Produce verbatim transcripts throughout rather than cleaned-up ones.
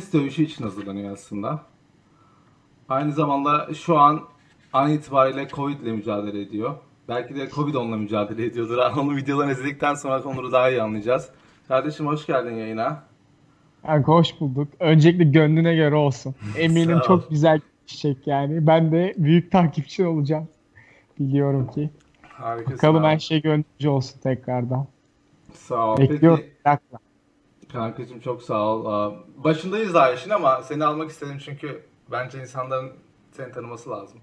tenis dövüşü için hazırlanıyor aslında. Aynı zamanda şu an an itibariyle Covid ile mücadele ediyor. Belki de Covid onunla mücadele ediyordur. Onun videolarını izledikten sonra konuları daha iyi anlayacağız. Kardeşim hoş geldin yayına. Kanka hoş bulduk. Öncelikle gönlüne göre olsun. Eminim Sağ ol. çok güzel geçecek yani. Ben de büyük takipçi olacağım. Biliyorum ki. Harikasın Bakalım her abi. şey gönlünce olsun tekrardan. Sağ ol. Bekliyorum. Peki Merakla. kankacığım çok sağ ol. Aa, Başındayız daha işin ama seni almak istedim çünkü bence insanların seni tanıması lazım.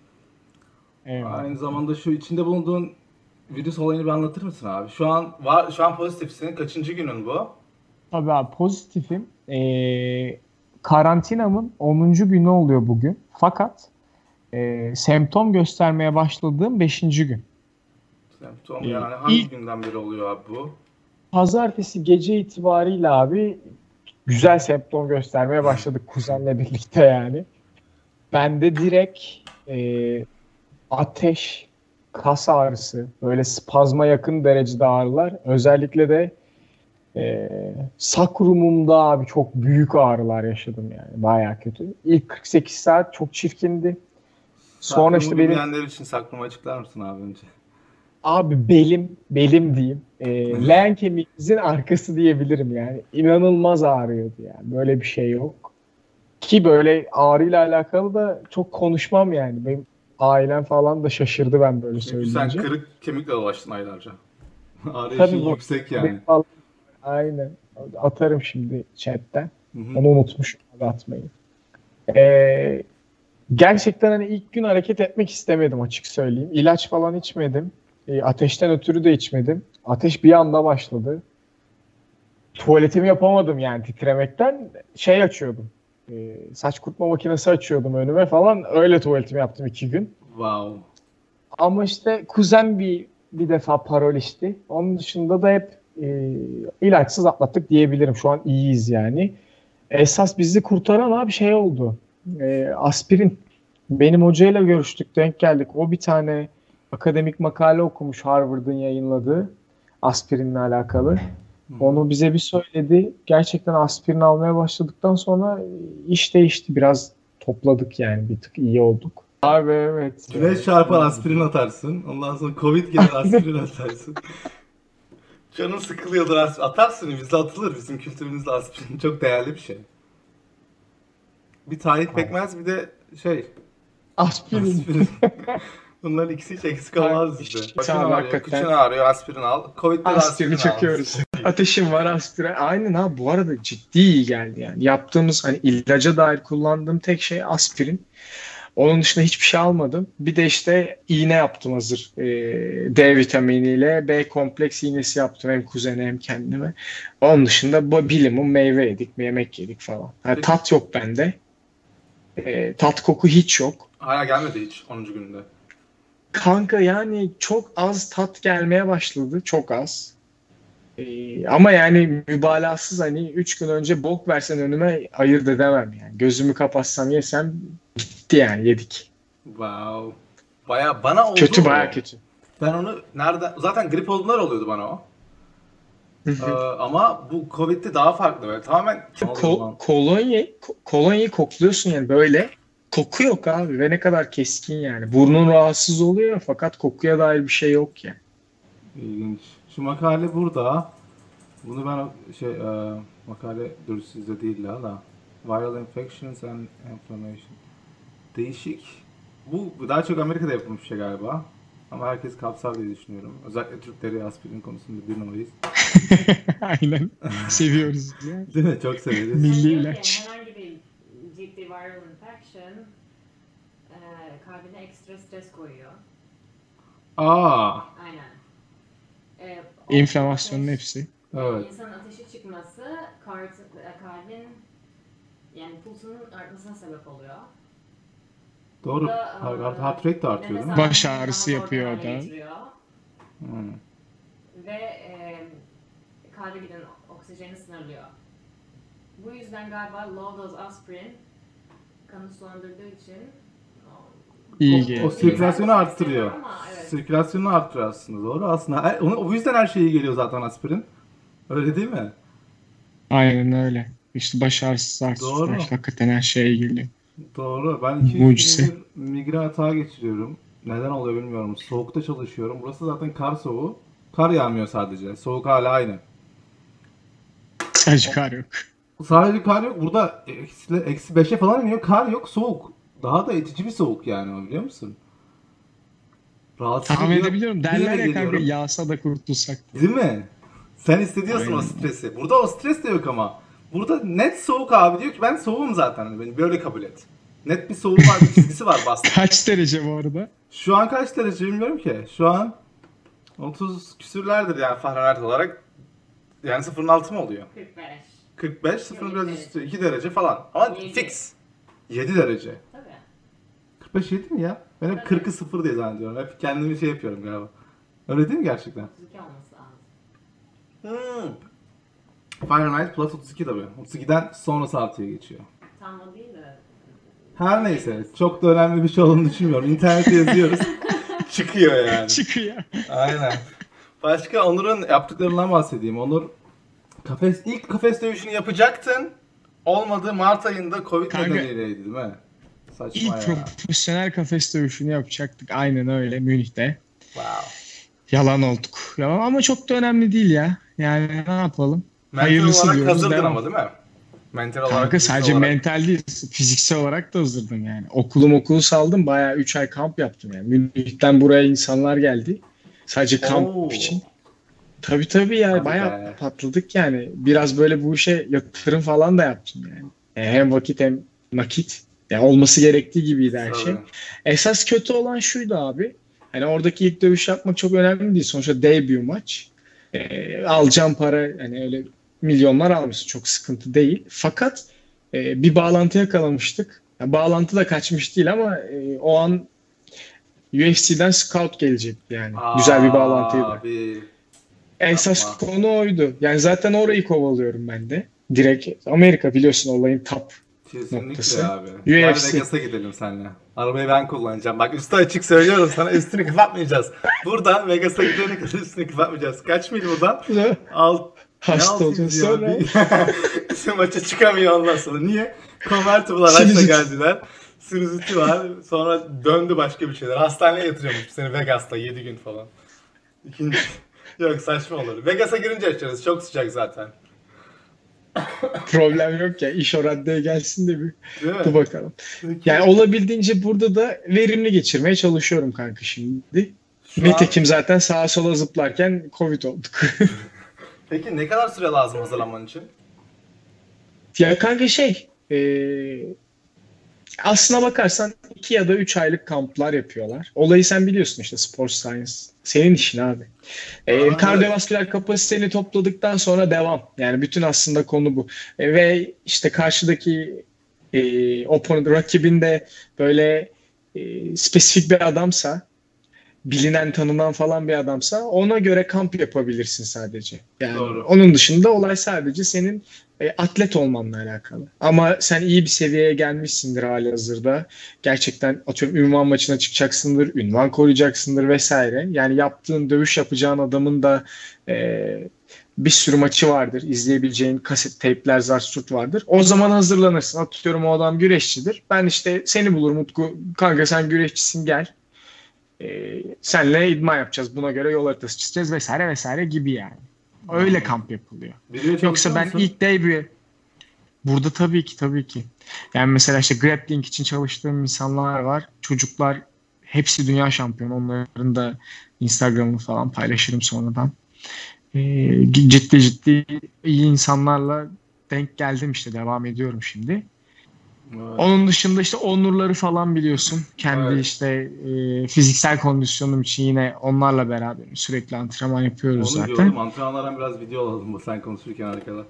Aynı Eyvallah. zamanda şu içinde bulunduğun virüs olayını bir anlatır mısın abi? Şu an var, şu an pozitifsin. Kaçıncı günün bu? Tabii abi pozitifim. Ee, karantinamın onuncu günü oluyor bugün. Fakat e, semptom göstermeye başladığım beşinci gün. Semptom Ee, yani hangi ilk günden beri oluyor abi bu? pazartesi gece itibariyle abi güzel semptom göstermeye başladık kuzenle birlikte yani. Ben de direkt e, ateş, kas ağrısı, böyle spazma yakın derecede ağrılar. Özellikle de e, sakrumumda abi çok büyük ağrılar yaşadım yani. Bayağı kötü. İlk kırk sekiz saat çok çirkindi. Sonra Sakramı işte benim bilmeyenler için sakramı açıklar mısın abi önce? abi belim, belim diyeyim. E, leğen kemiğimizin arkası diyebilirim yani. İnanılmaz ağrıyordu yani. Böyle bir şey yok. Ki böyle ağrıyla alakalı da çok konuşmam yani. Benim ailem falan da şaşırdı ben böyle Çünkü sen söyleyince. kırık kemikle dolaştın aylarca. Ağrı Tabii eşiğin bu yüksek haberi yani. falan aynen. Atarım şimdi chatten. Hı hı. Onu unutmuşum abi atmayı. Ee, gerçekten hani ilk gün hareket etmek istemedim açık söyleyeyim. İlaç falan içmedim. Ee, ateşten ötürü de içmedim. Ateş bir anda başladı. Tuvaletimi yapamadım yani titremekten. Şey açıyordum. Ee, saç kurutma makinesi açıyordum önüme falan. Öyle tuvaletimi yaptım iki gün. Wow. Ama işte kuzen bir bir defa parol içti. Onun dışında da hep e, ilaçsız atlattık diyebilirim. Şu an iyiyiz yani. Esas bizi kurtaran abi şey oldu. E, aspirin. Benim hocayla görüştük, denk geldik. O bir tane akademik makale okumuş Harvard'ın yayınladığı aspirinle alakalı. Hı hı. Onu bize bir söyledi. Gerçekten aspirin almaya başladıktan sonra iş değişti. Biraz topladık yani. Bir tık iyi olduk. Abi evet. Güneş çarpar aspirin atarsın. Ondan sonra Covid gelir aspirin atarsın. Canın sıkılıyordur aspirin. Atarsın bizde atılır. Bizim kültürümüzde aspirin çok değerli bir şey. Bir Tayyip pekmez bir de şey Aspirin. aspirin. Bunların ikisi hiç eksik olmaz bizde. Başın Tamam, ağrıyor, kıçın hakikaten. ağrıyor, aspirin al. Covid'de de aspirin Aspirin al. çekiyoruz. Ateşim var aspirin. Aynen abi bu arada ciddi iyi geldi yani. Yaptığımız hani ilaca dair kullandığım tek şey aspirin. Onun dışında hiçbir şey almadım. Bir de işte iğne yaptım hazır. Ee, D vitaminiyle B kompleks iğnesi yaptım hem kuzene hem kendime. Onun dışında bu bilimum meyve yedik, yemek yedik falan. Yani Peki tat yok bende. Ee, tat koku hiç yok. hala gelmedi hiç onuncu gününde. Kanka yani çok az tat gelmeye başladı. Çok az. Ee, ama yani mübalağasız hani üç gün önce bok versen önüme ayırt edemem yani. Gözümü kapatsam yesem gitti yani yedik. Wow. Baya bana oldu Kötü baya o. kötü. Ben onu nereden... Zaten grip olduğundan oluyordu bana o. Hı Ee, hı. ama bu Covid'de daha farklı böyle. Tamamen ne oluyor Ko lan? kolonya ko- kolonyayı kokluyorsun yani böyle koku yok abi ve ne kadar keskin yani. Burnun rahatsız oluyor fakat kokuya dair bir şey yok yani. İlginç. Şu makale burada. Bunu ben o- şey e, makale dur sizde değil la da. Viral infections and inflammation. Değişik. Bu bu daha çok Amerika'da yapılmış bir şey galiba. Ama herkes kapsar diye düşünüyorum. Özellikle Türkleri aspirin konusunda bir numarayız. Aynen. Seviyoruz ya. Değil mi? Çok severiz. Milli Diyor ki ilaç. herhangi bir ciddi viral infection e, kalbine ekstra stres koyuyor. Aa, Aynen. E, o İnflamasyonun ateş- hepsi. evet. İnsanın ateşi çıkması kart, e, kalbin yani pulsunun artmasına sebep oluyor. Doğru. Bu da, Heart, e, heart rate de artıyor değil mi? Baş nefes almayı ağrısı daha zor yapıyor hale da. getiriyor. Hmm. Ve e, kalbe giden oksijeni sınırlıyor. Bu yüzden galiba low dose aspirin kanı sulandırdığı için İyi O, o geliyor. sirkülasyonu arttırıyor. Ama evet. Sirkülasyonu arttırıyor aslında. Doğru. Aslında her- onu, o yüzden her şeye iyi geliyor zaten aspirin. Öyle değil mi? Aynen öyle. İşte baş ağrısı, artı Doğru. süper. Hakikaten her şeye geliyor. Doğru. Ben iki üç Mucize. gündür migren atağı geçiriyorum. Neden oluyor bilmiyorum. Soğukta çalışıyorum. Burası zaten kar soğuğu. Kar yağmıyor sadece. Soğuk hala aynı. Sadece kar yok. Sadece kar yok. Burada eksi, eksi beşe falan iniyor. Kar yok. Soğuk. Daha da itici bir soğuk yani o, biliyor musun? Rahatsız Tahmin ediyor. edebiliyorum. Bir Derler yere ya kanka, geliyorum. yağsa da kurtulsak. Değil mi? Sen hissediyorsun Aynen. o stresi. Burada o stres de yok ama. Burada net soğuk abi, diyor ki ben soğuğum zaten. Hani beni böyle kabul et. Net bir soğuğu var, bir çizgisi var bastı. Kaç derece bu arada? Şu an kaç derece bilmiyorum ki. Şu an otuz küsürlerdir yani Fahrenheit olarak. Yani sıfırın altı mı oluyor? kırk beş. kırk beş, sıfırın biraz üstü, iki derece falan. Ama Yedi. fix. yedi derece. Tabii. kırk beş yedi mi ya? Ben hep Tabii. kırkı sıfır diye zannediyorum. Hep kendimi şey yapıyorum galiba. Öyle değil mi gerçekten? otuz iki olması lazım. Hmm. Fahrenheit plus otuz iki tabii. otuz ikiden sonrası artıya geçiyor. Tam o değil de. Her neyse. Çok da önemli bir şey olduğunu düşünmüyorum. İnternette yazıyoruz. Çıkıyor yani. Çıkıyor. Aynen. Başka Onur'un yaptıklarından bahsedeyim. Onur kafes ilk kafes dövüşünü yapacaktın. Olmadı, Mart ayında Covid Kanka, nedeniyleydi değil mi? Saçma İlk ya. profesyonel kafes dövüşünü yapacaktık. Aynen öyle, Münih'te. Wow. Yalan olduk. Yalan ama çok da önemli değil ya. Yani ne yapalım? Mental Hayırlısı olarak diyoruz, hazırdın devam. ama değil mi? Mental olarak. Kanka fiziksel sadece olarak. mental değil, fiziksel olarak da hazırdım yani. Okulum okulu saldım, bayağı üç ay kamp yaptım yani. Münih'ten buraya insanlar geldi. Sadece kamp Oo. için. Tabii tabii ya, Hadi bayağı be. patladık yani. Biraz böyle bu işe yatırım falan da yaptım yani. E, hem vakit hem nakit. Yani olması gerektiği gibiydi her şey. Tabii. Esas kötü olan şuydu abi. Hani oradaki ilk dövüş yapmak çok önemli değil. Sonuçta debut maç. E, alacağım para hani öyle milyonlar almışsın. Çok sıkıntı değil. Fakat e, bir bağlantı yakalamıştık. Ya, bağlantı da kaçmış değil ama e, o an U F C'den scout gelecekti yani. Güzel bir bağlantıydı. Abi. Esas Yapma. konu oydu. Yani zaten orayı kovalıyorum ben de. Direkt Amerika biliyorsun olayın top Kesinlikle noktası. abi. U Gel F C. Vegas'a gidelim seninle. Arabayı ben kullanacağım. Bak üstü açık söylüyorum sana, üstünü kapatmayacağız. Buradan Vegas'a gidene kadar üstünü kapatmayacağız. Kaç mil buradan? Alt. Hasta Ne olacağız altı yüz ya? sonra. Bir- Bizim maça çıkamıyor ondan sonra. Niye? Convertible araçla Sinüzit. geldiler. Sinüziti var. Sonra döndü başka bir şeyler. Hastaneye yatırıyormuş seni Vegas'ta yedi gün falan. İkinci. Yok, saçma olur. Vegas'a girince açarız. Çok sıcak zaten. Problem yok ya. İş o raddeye gelsin de bir Değil mi? dur bakalım. Peki, Yani olabildiğince burada da verimli geçirmeye çalışıyorum kanka şimdi. şu an- Nitekim zaten sağa sola zıplarken Covid olduk. Peki ne kadar süre lazım hazırlanman için? Ya kanka şey e, aslına bakarsan iki ya da üç aylık kamplar yapıyorlar. Olayı sen biliyorsun işte, spor science. Senin işin abi. E, Aa, kardiyovasküler kapasiteni topladıktan sonra devam. Yani bütün aslında konu bu. E, ve işte karşıdaki e, opponent, rakibin de böyle e, spesifik bir adamsa, bilinen tanınan falan bir adamsa ona göre kamp yapabilirsin sadece. Yani Doğru. onun dışında olay sadece senin e, atlet olmanla alakalı. Ama sen iyi bir seviyeye gelmişsindir halihazırda. Gerçekten atıyorum ünvan maçına çıkacaksındır, ünvan koruyacaksındır vesaire. Yani yaptığın, dövüş yapacağın adamın da e, bir sürü maçı vardır. İzleyebileceğin kaset, teypler, zart surt vardır. O zaman hazırlanırsın. Atıyorum o adam güreşçidir. Ben işte seni bulurum Utku. Kanka sen güreşçisin, gel. Ee, senle idman yapacağız. Buna göre yol haritası çizeceğiz vesaire vesaire gibi yani. Öyle kamp yapılıyor. Biriyle Yoksa çalışıyor ben musun? ilk debut burada tabii ki tabii ki. Yani mesela işte grappling için çalıştığım insanlar var. Çocuklar hepsi dünya şampiyonu. Onların da Instagram'ını falan paylaşırım sonradan. Ee, ciddi ciddi iyi insanlarla denk geldim, işte devam ediyorum şimdi. Evet. Onun dışında işte Onurları falan biliyorsun. Kendi Evet. işte e, fiziksel kondisyonum için yine onlarla beraber sürekli antrenman yapıyoruz Onu zaten. diyordum. Antrenmanlardan biraz video alalım bu sen konuşurken arkada.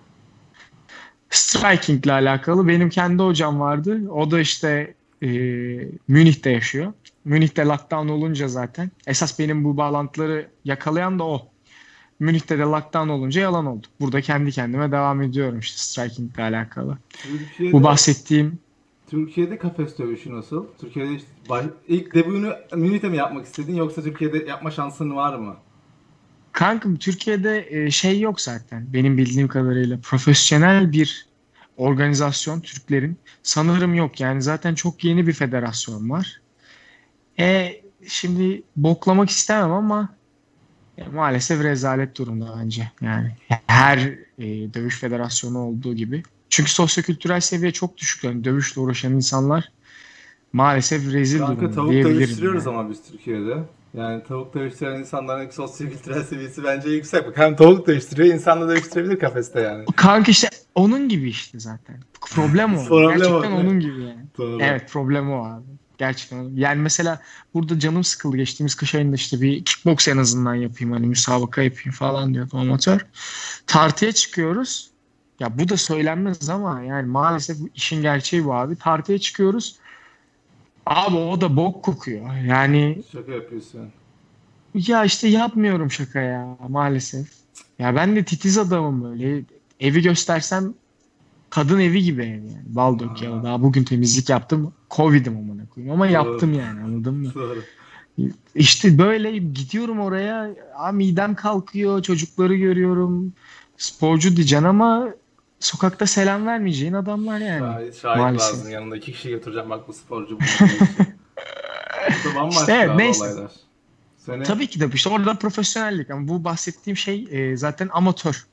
Striking ile alakalı benim kendi hocam vardı. O da işte e, Münih'te yaşıyor. Münih'te lockdown olunca zaten. Esas benim bu bağlantıları yakalayan da o. Münih'te de lockdown olunca yalan oldu. Burada kendi kendime devam ediyorum işte striking ile alakalı. Türkiye'de, Bu bahsettiğim Türkiye'de kafes dövüşü nasıl? Türkiye'de işte baş- ilk debutunu Münih'te mi yapmak istedin yoksa Türkiye'de yapma şansın var mı? Kankım Türkiye'de e, şey yok zaten benim bildiğim kadarıyla. Profesyonel bir organizasyon Türklerin. Sanırım yok yani zaten çok yeni bir federasyon var. E şimdi boklamak istemem ama e, maalesef rezalet durumda bence. Yani her e, dövüş federasyonu olduğu gibi. Çünkü sosyokültürel seviye çok düşük. Yani dövüşle uğraşan insanlar maalesef rezil Kanka durumda tavuk diyebilirim dövüştürüyoruz yani. ama biz Türkiye'de. Yani tavuk dövüştüren insanların sosyo-kültürel seviyesi bence yüksek. Bak hem tavuk dövüştürüyor, insan da dövüştürebilir kafeste yani. Kanka işte onun gibi işte zaten. Problem o. Problem o, Gerçekten değil mi? onun gibi yani. Doğru. Evet problem o abi. Gerçekten. o. Yani mesela burada canım sıkıldı geçtiğimiz kış ayında işte bir kickbox en azından yapayım hani müsabaka yapayım falan diyordum amatör. Tartıya çıkıyoruz. Ya bu da söylenmez ama yani maalesef bu işin gerçeği bu abi. Tartıya çıkıyoruz. Abi o da bok kokuyor. Yani Şaka yapıyorsun. ya işte yapmıyorum şaka ya maalesef. Ya ben de titiz adamım böyle. Evi göstersem kadın evi gibi ev yani. Bal dök ya. Aa, Daha bugün temizlik yaptım. Covid'im amına koyayım ama doğru. yaptım yani anladın mı? Doğru. İşte böyle gidiyorum oraya. Aa, midem kalkıyor. Çocukları görüyorum. Sporcu diyeceksin ama sokakta selam vermeyeceğin adamlar yani. Şahit, şahit lazım Maalesef. yanında. İki kişi götüreceğim bak bu sporcu bunu şey için. Burada İşte bambaşka evet, abi neyse. olaylar. Seni Tabii ki de işte orada profesyonellik ama bu bahsettiğim şey e, zaten amatör.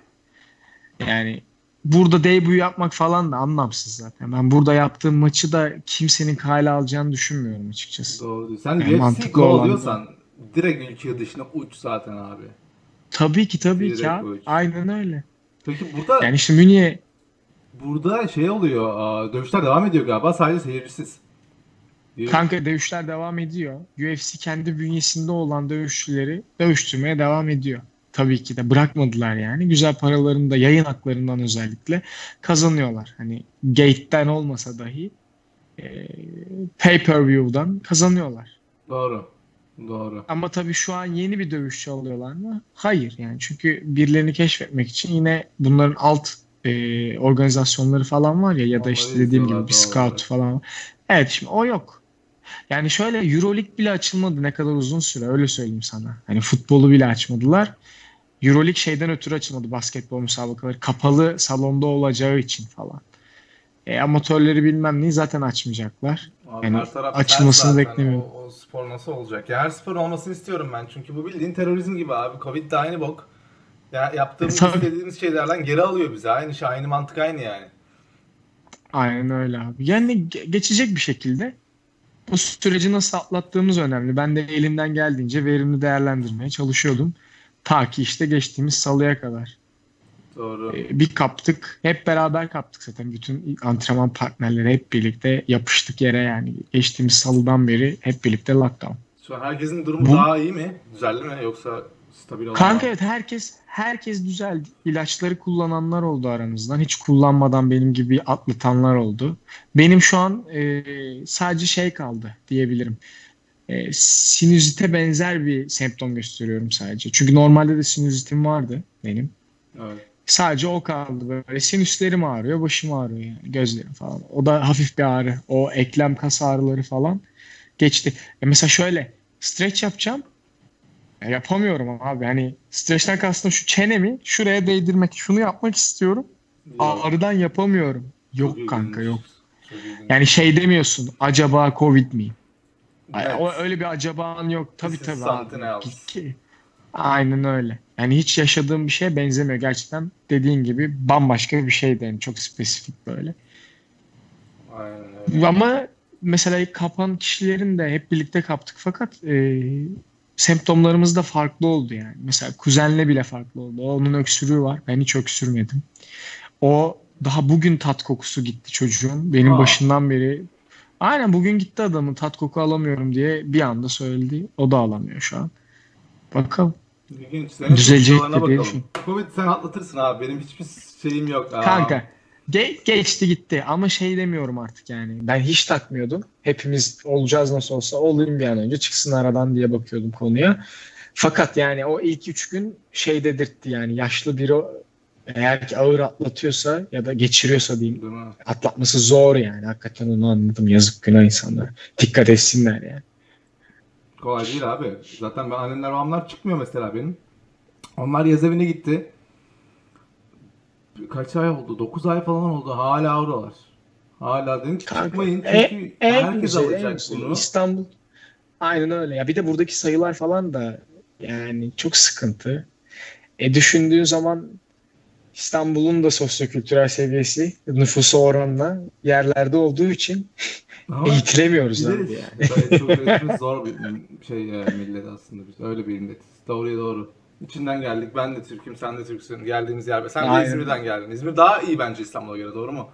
Yani burada debut yapmak falan da anlamsız zaten. Ben burada yaptığım maçı da kimsenin kale alacağını düşünmüyorum açıkçası. doğru diyorsun. Sen Yani U F C'yi mantıklı olan da. kovalıyorsan direkt ülke dışına uç zaten abi. Tabii ki tabii ki Direkt abi. uç. Aynen öyle. Peki burada Yani işte Münih'e burada şey oluyor. aa, Dövüşler devam ediyor galiba sadece seyircisiz. Değil mi? kanka dövüşler devam ediyor. U F C kendi bünyesinde olan dövüşçüleri dövüştürmeye devam ediyor. Tabii ki de bırakmadılar yani. Güzel paralarını da yayın haklarından özellikle kazanıyorlar. Hani gate'den olmasa dahi e, pay-per-view'dan kazanıyorlar. Doğru. Doğru. Ama tabii şu an yeni bir dövüşçü alıyorlar mı? Hayır yani çünkü birilerini keşfetmek için yine bunların alt e, organizasyonları falan var ya ya da Onları işte dediğim gibi izliyorlar bir doğal scout olarak. falan var. Evet şimdi o yok. Yani şöyle Euroleague bile açılmadı ne kadar uzun süre öyle söyleyeyim sana. Hani futbolu bile açmadılar. Euroleague şeyden ötürü açılmadı basketbol müsabakaları. Kapalı salonda olacağı için falan. E, amatörleri bilmem neyi zaten açmayacaklar. Abi Yani her taraf ters açılmasını zaten. O, beklemiyorum. o spor nasıl olacak? Ya her spor olmasını istiyorum ben. Çünkü bu bildiğin terörizm gibi abi. Covid de aynı bok. Ya E, yaptığımız tabii. istediğimiz şeylerden geri alıyor bizi. Aynı şey, aynı mantık aynı yani. Aynen öyle abi. Yani ge- geçecek bir şekilde. Bu süreci nasıl atlattığımız önemli. Ben de elimden geldiğince verimli değerlendirmeye çalışıyordum. Ta ki işte geçtiğimiz salıya kadar. Doğru. Ee, bir kaptık. Hep beraber kaptık zaten. Bütün antrenman partnerleri hep birlikte yapıştık yere yani. Geçtiğimiz salıdan beri hep birlikte lockdown. Şu an herkesin durumu Bu daha iyi mi? Düzeldi mi? Yoksa stabil olan var kanka mı? evet herkes herkes düzeldi. İlaçları kullananlar oldu aramızdan. Hiç kullanmadan benim gibi atlatanlar oldu. Benim şu an e, sadece şey kaldı diyebilirim. E, sinüzite benzer bir semptom gösteriyorum sadece. Çünkü normalde de sinüzitim vardı benim. Evet. Sadece o kaldı böyle. Sinüslerim ağrıyor, başım ağrıyor yani. Gözlerim falan. O da hafif bir ağrı. O eklem kas ağrıları falan geçti. E mesela şöyle stretch yapacağım. Ya yapamıyorum abi. Hani stretch'ten kastım şu çenemi şuraya değdirmek. Şunu yapmak istiyorum. Yok. Ağrıdan yapamıyorum. Çok Yok kanka ilginç. yok. Çok ilginç. Yani şey demiyorsun. Acaba Covid miyim? Ay- O Net. öyle bir acaban yok. Tabii This is tabii abi. something Yok. else. Ki- Aynen öyle. Yani hiç yaşadığım bir şeye benzemiyor. Gerçekten dediğin gibi bambaşka bir şeydi. Yani çok spesifik böyle. Aynen öyle. Ama mesela kapan kişilerin de hep birlikte kaptık. Fakat e, semptomlarımız da farklı oldu yani. Mesela kuzenle bile farklı oldu. Onun öksürüğü var. Ben hiç öksürmedim. O daha bugün tat kokusu gitti çocuğun. Benim Aa, başından beri aynen bugün gitti adamın tat koku alamıyorum diye bir anda söyledi. O da alamıyor şu an. Bakalım. ilginç. Senin Düzelecek sonuçlarına de diye bakalım. düşün. Covid sen atlatırsın abi. Benim hiçbir şeyim yok. Aa, Kanka ge- geçti gitti ama şey demiyorum artık yani. Ben hiç takmıyordum. Hepimiz olacağız nasıl olsa olayım bir an önce çıksın aradan diye bakıyordum konuya. Fakat yani o ilk üç gün şey dedirtti yani yaşlı biri eğer ki ağır atlatıyorsa ya da geçiriyorsa diyeyim değil mi? atlatması zor yani. Hakikaten onu anladım. Yazık günah insanlar. Dikkat etsinler yani. Kolay değil abi. Zaten ben annemler babamlar çıkmıyor mesela benim. Onlar yaz evine gitti. kaç ay oldu? dokuz ay falan oldu. Hala oradalar. Hala dedim ki Kanka, çıkmayın e, çünkü en herkes güzeli, en alacak güzeli. bunu. İstanbul. Aynen öyle. Ya bir de buradaki sayılar falan da yani çok sıkıntı. E düşündüğün zaman İstanbul'un da sosyokültürel seviyesi nüfusa oranla yerlerde olduğu için Ama eğitilemiyoruz bir de abi yani. böyle çok üretimiz zor bir şey e, millet aslında biz. Öyle bir milletiz. Doğruya doğru. İçinden geldik. Ben de Türk'üm, sen de Türksün. Geldiğimiz yer. Sen de Aynen. İzmir'den geldin. İzmir daha iyi bence İstanbul'a göre, doğru mu?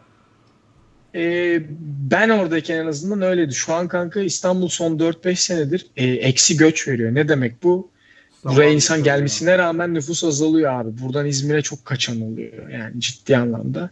E, ben oradayken en azından öyleydi. Şu an kanka İstanbul son dört beş senedir e, eksi göç veriyor. Ne demek bu? Buraya İstanbul'a insan göç oluyor. gelmesine rağmen nüfus azalıyor abi. Buradan İzmir'e çok kaçan oluyor yani ciddi anlamda.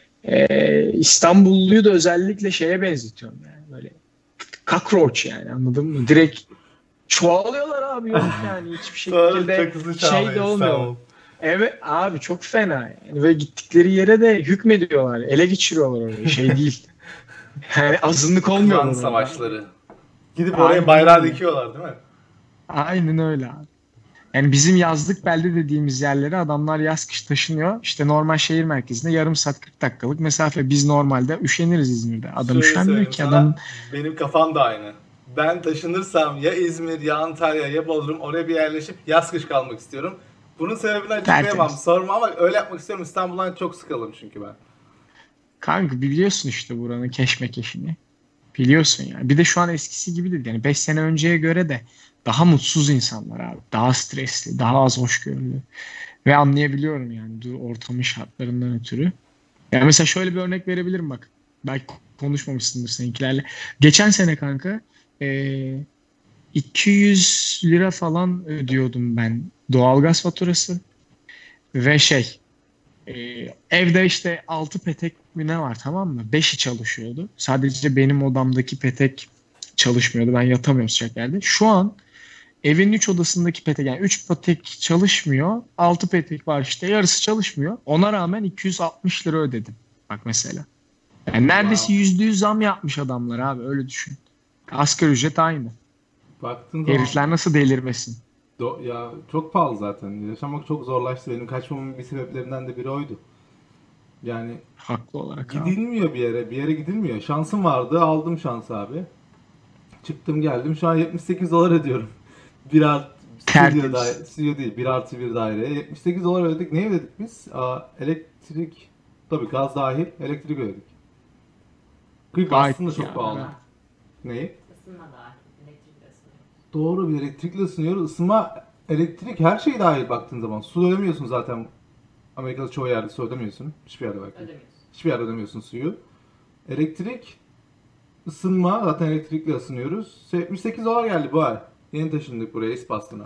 Ee, İstanbulluyu da özellikle şeye benzetiyorum yani böyle cockroach yani anladın mı? Direkt çoğalıyorlar abi yok yani hiçbir Sonra şekilde çok hızlı şey çağlıyor de olmuyor. İstanbul. Evet abi çok fena yani ve gittikleri yere de hükmediyorlar. Ele geçiriyorlar orayı şey değil. Yani azınlık olmuyorlar Klan orada. savaşları. Gidip oraya Aynen bayrağı öyle. dikiyorlar değil mi? Aynen öyle abi. Yani bizim yazlık belde dediğimiz yerlere adamlar yaz kış taşınıyor. İşte normal şehir merkezinde yarım saat kırk dakikalık mesafe. Biz normalde üşeniriz İzmir'de. Adam Şöyle üşenmiyor söyleyeyim ki sana, adamın. benim kafam da aynı. Ben taşınırsam ya İzmir ya Antalya ya Bodrum oraya bir yerleşip yaz kış kalmak istiyorum. Bunun sebebini açıklayamam. Tertemiz. Sorma ama öyle yapmak istiyorum. İstanbul'dan çok sıkıldım çünkü ben. Kanka biliyorsun işte buranın keşmekeşini. Biliyorsun yani. Bir de şu an eskisi gibi değil. Yani beş sene önceye göre de daha mutsuz insanlar abi. Daha stresli, daha az hoşgörülü. Ve anlayabiliyorum yani bu ortamın şartlarından ötürü. Yani mesela şöyle bir örnek verebilirim bak. Belki konuşmamışsındır seninkilerle. Geçen sene kanka eee, iki yüz lira falan ödüyordum ben doğalgaz faturası ve şey ee, evde işte altı petek mi ne var tamam mı? beşi çalışıyordu. Sadece benim odamdaki petek çalışmıyordu. Ben yatamıyorum sıcak yerde. Şu an evin üç odasındaki petek yani üç petek çalışmıyor. altı petek var işte yarısı çalışmıyor. Ona rağmen iki yüz altmış lira ödedim. Bak mesela. Yani neredeyse Wow. yüzde yüz zam yapmış adamlar abi öyle düşün. Asgari ücret aynı. Baktığın zaman Herifler nasıl delirmesin? do- ya çok pahalı zaten. Yaşamak çok zorlaştı. Benim kaçmamın bir sebeplerinden de biri oydu. Yani Haklı olarak abi. gidilmiyor bir yere. Bir yere gidilmiyor. Şansım vardı. Aldım şans abi. Çıktım geldim. Şu an yetmiş sekiz dolar ödüyorum. Bir art stüdyo daire, Tertemiz. stüdyo değil. Bir artı bir daireye. yetmiş sekiz dolar ödedik. Ne ödedik biz? Aa, elektrik. Tabii gaz dahil. Elektrik ödedik. Kıyıp Gayet aslında çok ya. pahalı. Neyi? Isınma dahil. Elektrikle ısınıyor. Doğru, bir elektrikle ısınıyoruz. Isınma, elektrik her şey dahil baktığın zaman. Su ödemiyorsun zaten. Amerika'da çoğu yerde su ödemiyorsun. Hiçbir yerde belki. Ödemiyorsun. Hiçbir yerde ödemiyorsun suyu. Elektrik, ısınma, zaten elektrikle ısınıyoruz. yetmiş sekiz dolar geldi bu ay. Yeni taşındık buraya İspastı'na.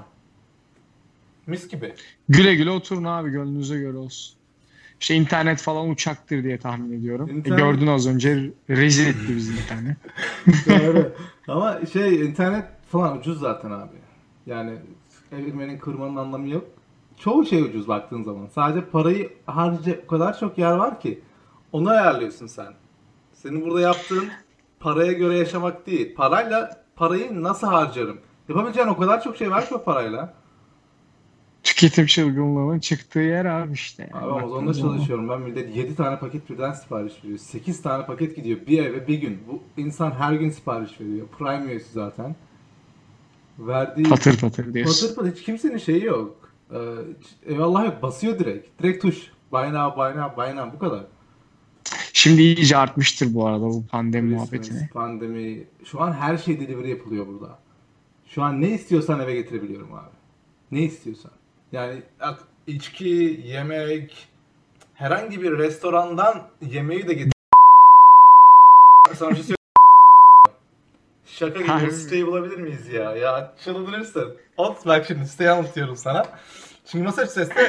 Mis gibi. Güle güle oturun abi gönlünüze göre olsun. İşte internet falan uçaktır diye tahmin ediyorum. E, İnternet gördün az önce re- rezil etti bizi internet. doğru. Ama şey, internet falan ucuz zaten abi. Yani evirmenin kırmanın anlamı yok. Çoğu şey ucuz baktığın zaman. Sadece parayı harcayacak o kadar çok yer var ki onu ayarlıyorsun sen. Senin burada yaptığın paraya göre yaşamak değil. Parayla parayı nasıl harcarım? Yapabileceğin o kadar çok şey var ki o parayla. Tüketim çılgınlığının çıktığı yer abi işte. Abi Yani Amazon'da baktığın zaman. çalışıyorum ben, millet yedi tane paket birden sipariş veriyor. sekiz tane paket gidiyor bir eve bir gün. Bu insan her gün sipariş veriyor. Prime üyesi zaten. Verdiği Patır patır diyorsun. patır patır, hiç kimsenin şeyi yok. Ee, hiç- eyvallah yok, basıyor direkt. Direkt tuş. Buy now, buy now, buy now, bu kadar. Şimdi iyice artmıştır bu arada bu pandemi Christmas, muhabbetini. pandemi. Şu an her şey delivery yapılıyor burada. Şu an ne istiyorsan eve getirebiliyorum abi. Ne istiyorsan. Yani ak- içki, yemek, herhangi bir restorandan yemeği de getir. Sana bir şey söyleyeyim. Şaka gibi, bu Harbi. siteyi bulabilir miyiz ya? Ya çıldırırsın. Ot bak, şimdi siteyi anlatıyorum sana. Şimdi Massachusetts'te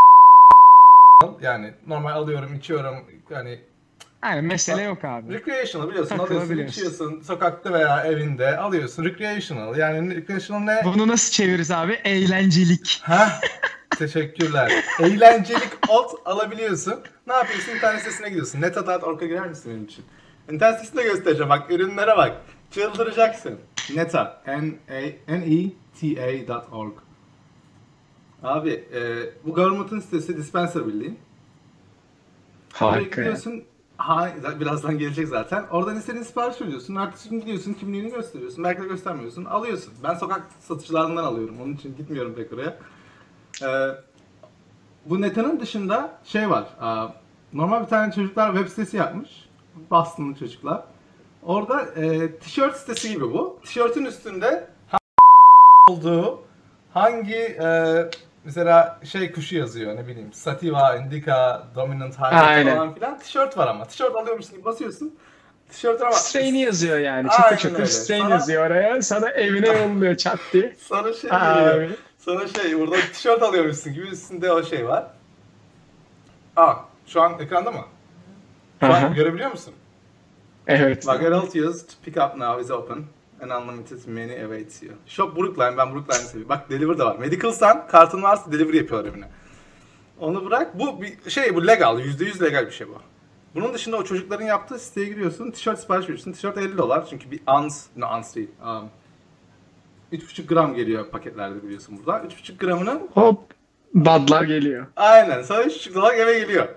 yani normal alıyorum, içiyorum, hani Yani mesele yok abi. recreational biliyorsun, alıyorsun, Takılabiliyorsun. içiyorsun sokakta veya evinde alıyorsun, recreational. Yani recreational ne? Bunu nasıl çeviririz abi? Eğlencelik. Ha? Teşekkürler. Eğlencelik ot alabiliyorsun. Ne yapıyorsun? İnternet sitesine gidiyorsun. neta nokta org'a girer misin benim için? İnternet sitesine göstereceğim, bak ürünlere bak. Çıldıracaksın. Neta. N-E-T-A dot org. Abi e, bu government'ın sitesi, dispenser bildiğin. Oraya Harika ya. gidiyorsun. Ha, birazdan gelecek zaten. Oradan istediğin sipariş veriyorsun. Ertesi gün gidiyorsun, kimliğini gösteriyorsun. Belki de göstermiyorsun. Alıyorsun. Ben sokak satıcılarından alıyorum. Onun için gitmiyorum pek oraya. Ee, bu Neta'nın dışında şey var. Aa, normal bir tane çocuklar web sitesi yapmış. Boston'lı çocuklar. Orada e, tişört sitesi gibi bu. Tişörtün üstünde olduğu hangi e, mesela şey kuşu yazıyor, ne bileyim, Sativa, Indica, Dominant, Hybrid Aynen. falan filan, tişört var ama. Tişört alıyormuşsun gibi basıyorsun. Tişörtün ama Strain'i yazıyor yani. Aynen Çıtır çıtır öyle. strain Sana- yazıyor oraya. Sana evine yolluyor çat diye. sana şey geliyor. Abi. Sana şey, burada tişört alıyormuşsun gibi üstünde o şey var. Aa, şu an ekranda mı? Şu Aha. an görebiliyor musun? Evet. Bak, adult use to pick up now is open and unlimited many awaits you. Shop Brookline, ben Brookline'ı seviyorum. Bak, deliver da var. Medical'san kartın varsa deliver yapıyorlar evine. Onu bırak. Bu bir şey, bu legal. yüzde yüz legal bir şey bu. Bunun dışında o çocukların yaptığı siteye giriyorsun. Tişört sipariş veriyorsun. Tişört elli dolar. Çünkü bir ounce, no ounce değil. Um, üç buçuk gram geliyor paketlerde, biliyorsun burada. üç buçuk gramının Hop. Badlar geliyor. aynen sana üç buçuk dolar eve geliyor.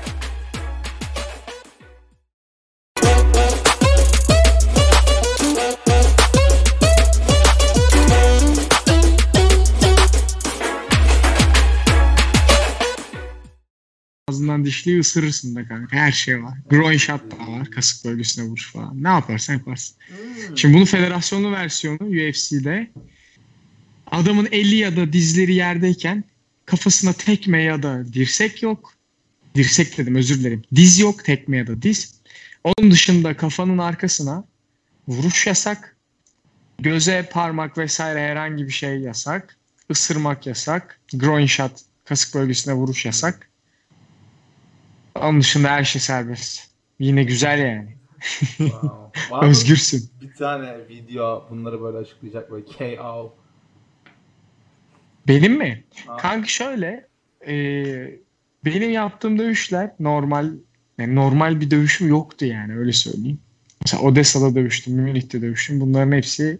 Ağzından dişliği ısırırsın da kanka. Her şey var. Groin shot da var. Kasık bölgesine vuruş falan. Ne yaparsan yaparsın. Şimdi bunun federasyonlu versiyonu U F C'de adamın eli ya da dizleri yerdeyken kafasına tekme ya da dirsek yok. Dirsek dedim, özür dilerim. Diz yok, tekme ya da diz. Onun dışında kafanın arkasına vuruş yasak. Göze, parmak vesaire herhangi bir şey yasak. Isırmak yasak. Groin shot, kasık bölgesine vuruş yasak. Onun dışında her şey serbest. Yine güzel yani. Wow. Var mı Özgürsün. bir tane video bunları böyle açıklayacak, böyle K O? Benim mi? Aa. Kanka şöyle, e, benim yaptığım dövüşler normal, yani normal bir dövüşüm yoktu yani, öyle söyleyeyim. Mesela Odessa'da dövüştüm, Münih'te dövüştüm. Bunların hepsi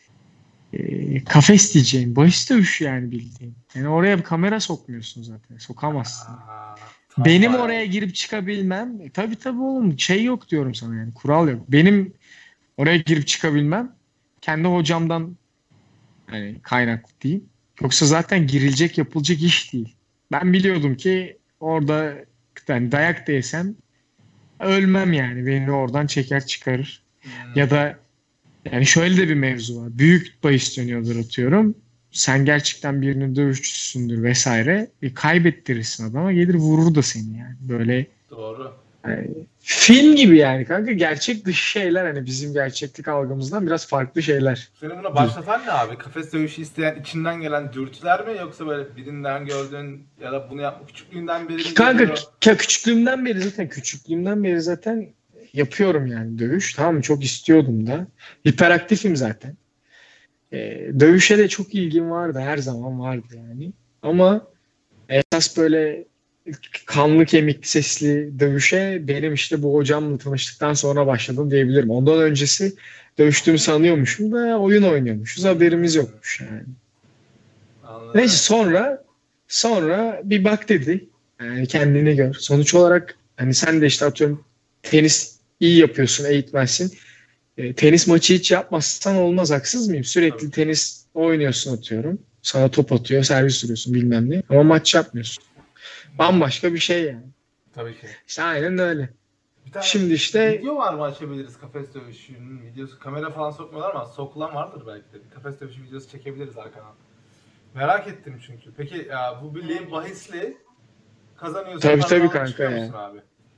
e, kafes diyeceğim, bahis dövüşü yani bildiğin. Yani oraya bir kamera sokmuyorsun zaten, sokamazsın. Aa, Benim tamam. oraya girip çıkabilmem, e, tabii tabii oğlum, şey yok diyorum sana yani, kural yok. Benim oraya girip çıkabilmem kendi hocamdan hani kaynaklı değil. Yoksa zaten girilecek, yapılacak iş değil. Ben biliyordum ki orada yani dayak da yesem ölmem yani. Beni oradan çeker çıkarır. Hmm. Ya da yani şöyle de bir mevzu var. Büyük bahis dönüyordur atıyorum. Sen gerçekten birinin dövüşçüsündür vesaire. E, kaybettirirsin adama, gelir vurur da seni yani. Böyle Doğru. yani film gibi yani kanka, gerçek dışı şeyler, hani bizim gerçeklik algımızdan biraz farklı şeyler. Seni buna başlatan ne abi? Kafes dövüşü isteyen, içinden gelen dürtüler mi, yoksa böyle birinden gördüğün ya da bunu yapma küçüklüğünden beri mi Kanka geliyor? k- küçüklüğümden beri zaten küçüklüğümden beri zaten yapıyorum yani dövüş. Tamam mı? Çok istiyordum da. Hiperaktifim zaten. Ee, dövüşe de çok ilgim vardı. Her zaman vardı yani. Ama esas böyle kanlı kemikli sesli dövüşe benim işte bu hocamla tanıştıktan sonra başladım diyebilirim. Ondan öncesi dövüştüğümü sanıyormuşum da oyun oynuyormuşuz. Haberimiz yokmuş yani. Anladım. Neyse sonra sonra bir bak dedi. Yani kendini gör. Sonuç olarak hani sen de işte atıyorum tenis iyi yapıyorsun, eğitmensin. E, tenis maçı hiç yapmazsan olmaz, haksız mıyım? Sürekli Tabii. tenis oynuyorsun atıyorum. Sana top atıyor, servis vuruyorsun bilmem ne. Ama maç yapmıyorsun. Bambaşka bir şey yani. Tabii ki. İşte aynen öyle. Bir tane Şimdi işte video var mı, açabiliriz kafes dövüşünün videosu? Kamera falan sokmuyorlar ama sokulan vardır belki de. Bir kafes dövüşü videosu çekebiliriz arkadan. Merak ettim çünkü. Peki ya, bu birliğin bahisli kazanıyorsun. Tabii, tabii kazananla kanka çıkıyor ya. musun abi?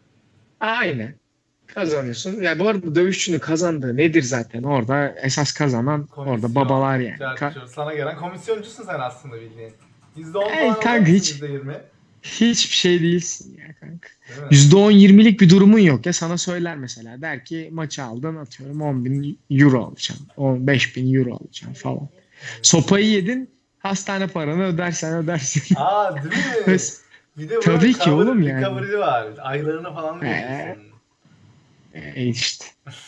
aynen kazanıyorsun. Yani bu arada dövüşçünün kazandığı nedir zaten? Orada esas kazanan orada Komisyon, babalar yani. ticaret Ka- yapıyoruz. Sana gelen komisyoncusun sen aslında bildiğin. yüzde on Ey falan kanka, alıyor musun, hiç- yüzde yirmi? Hiçbir şey değilsin ya kanka. Değil mi? yüzde on yirmilik bir durumun yok ya, sana söyler mesela, der ki maçı aldın atıyorum on bin euro alacaksın, on beş bin euro alacaksın falan. Sopayı yedin, hastane paranı ödersen ödersin. Aa, değil mi? Mes- Bir de Tabii bunun ki cover- oğlum yani. recovery'li var. Aylarını falan Ee, veriyorsun. e işte.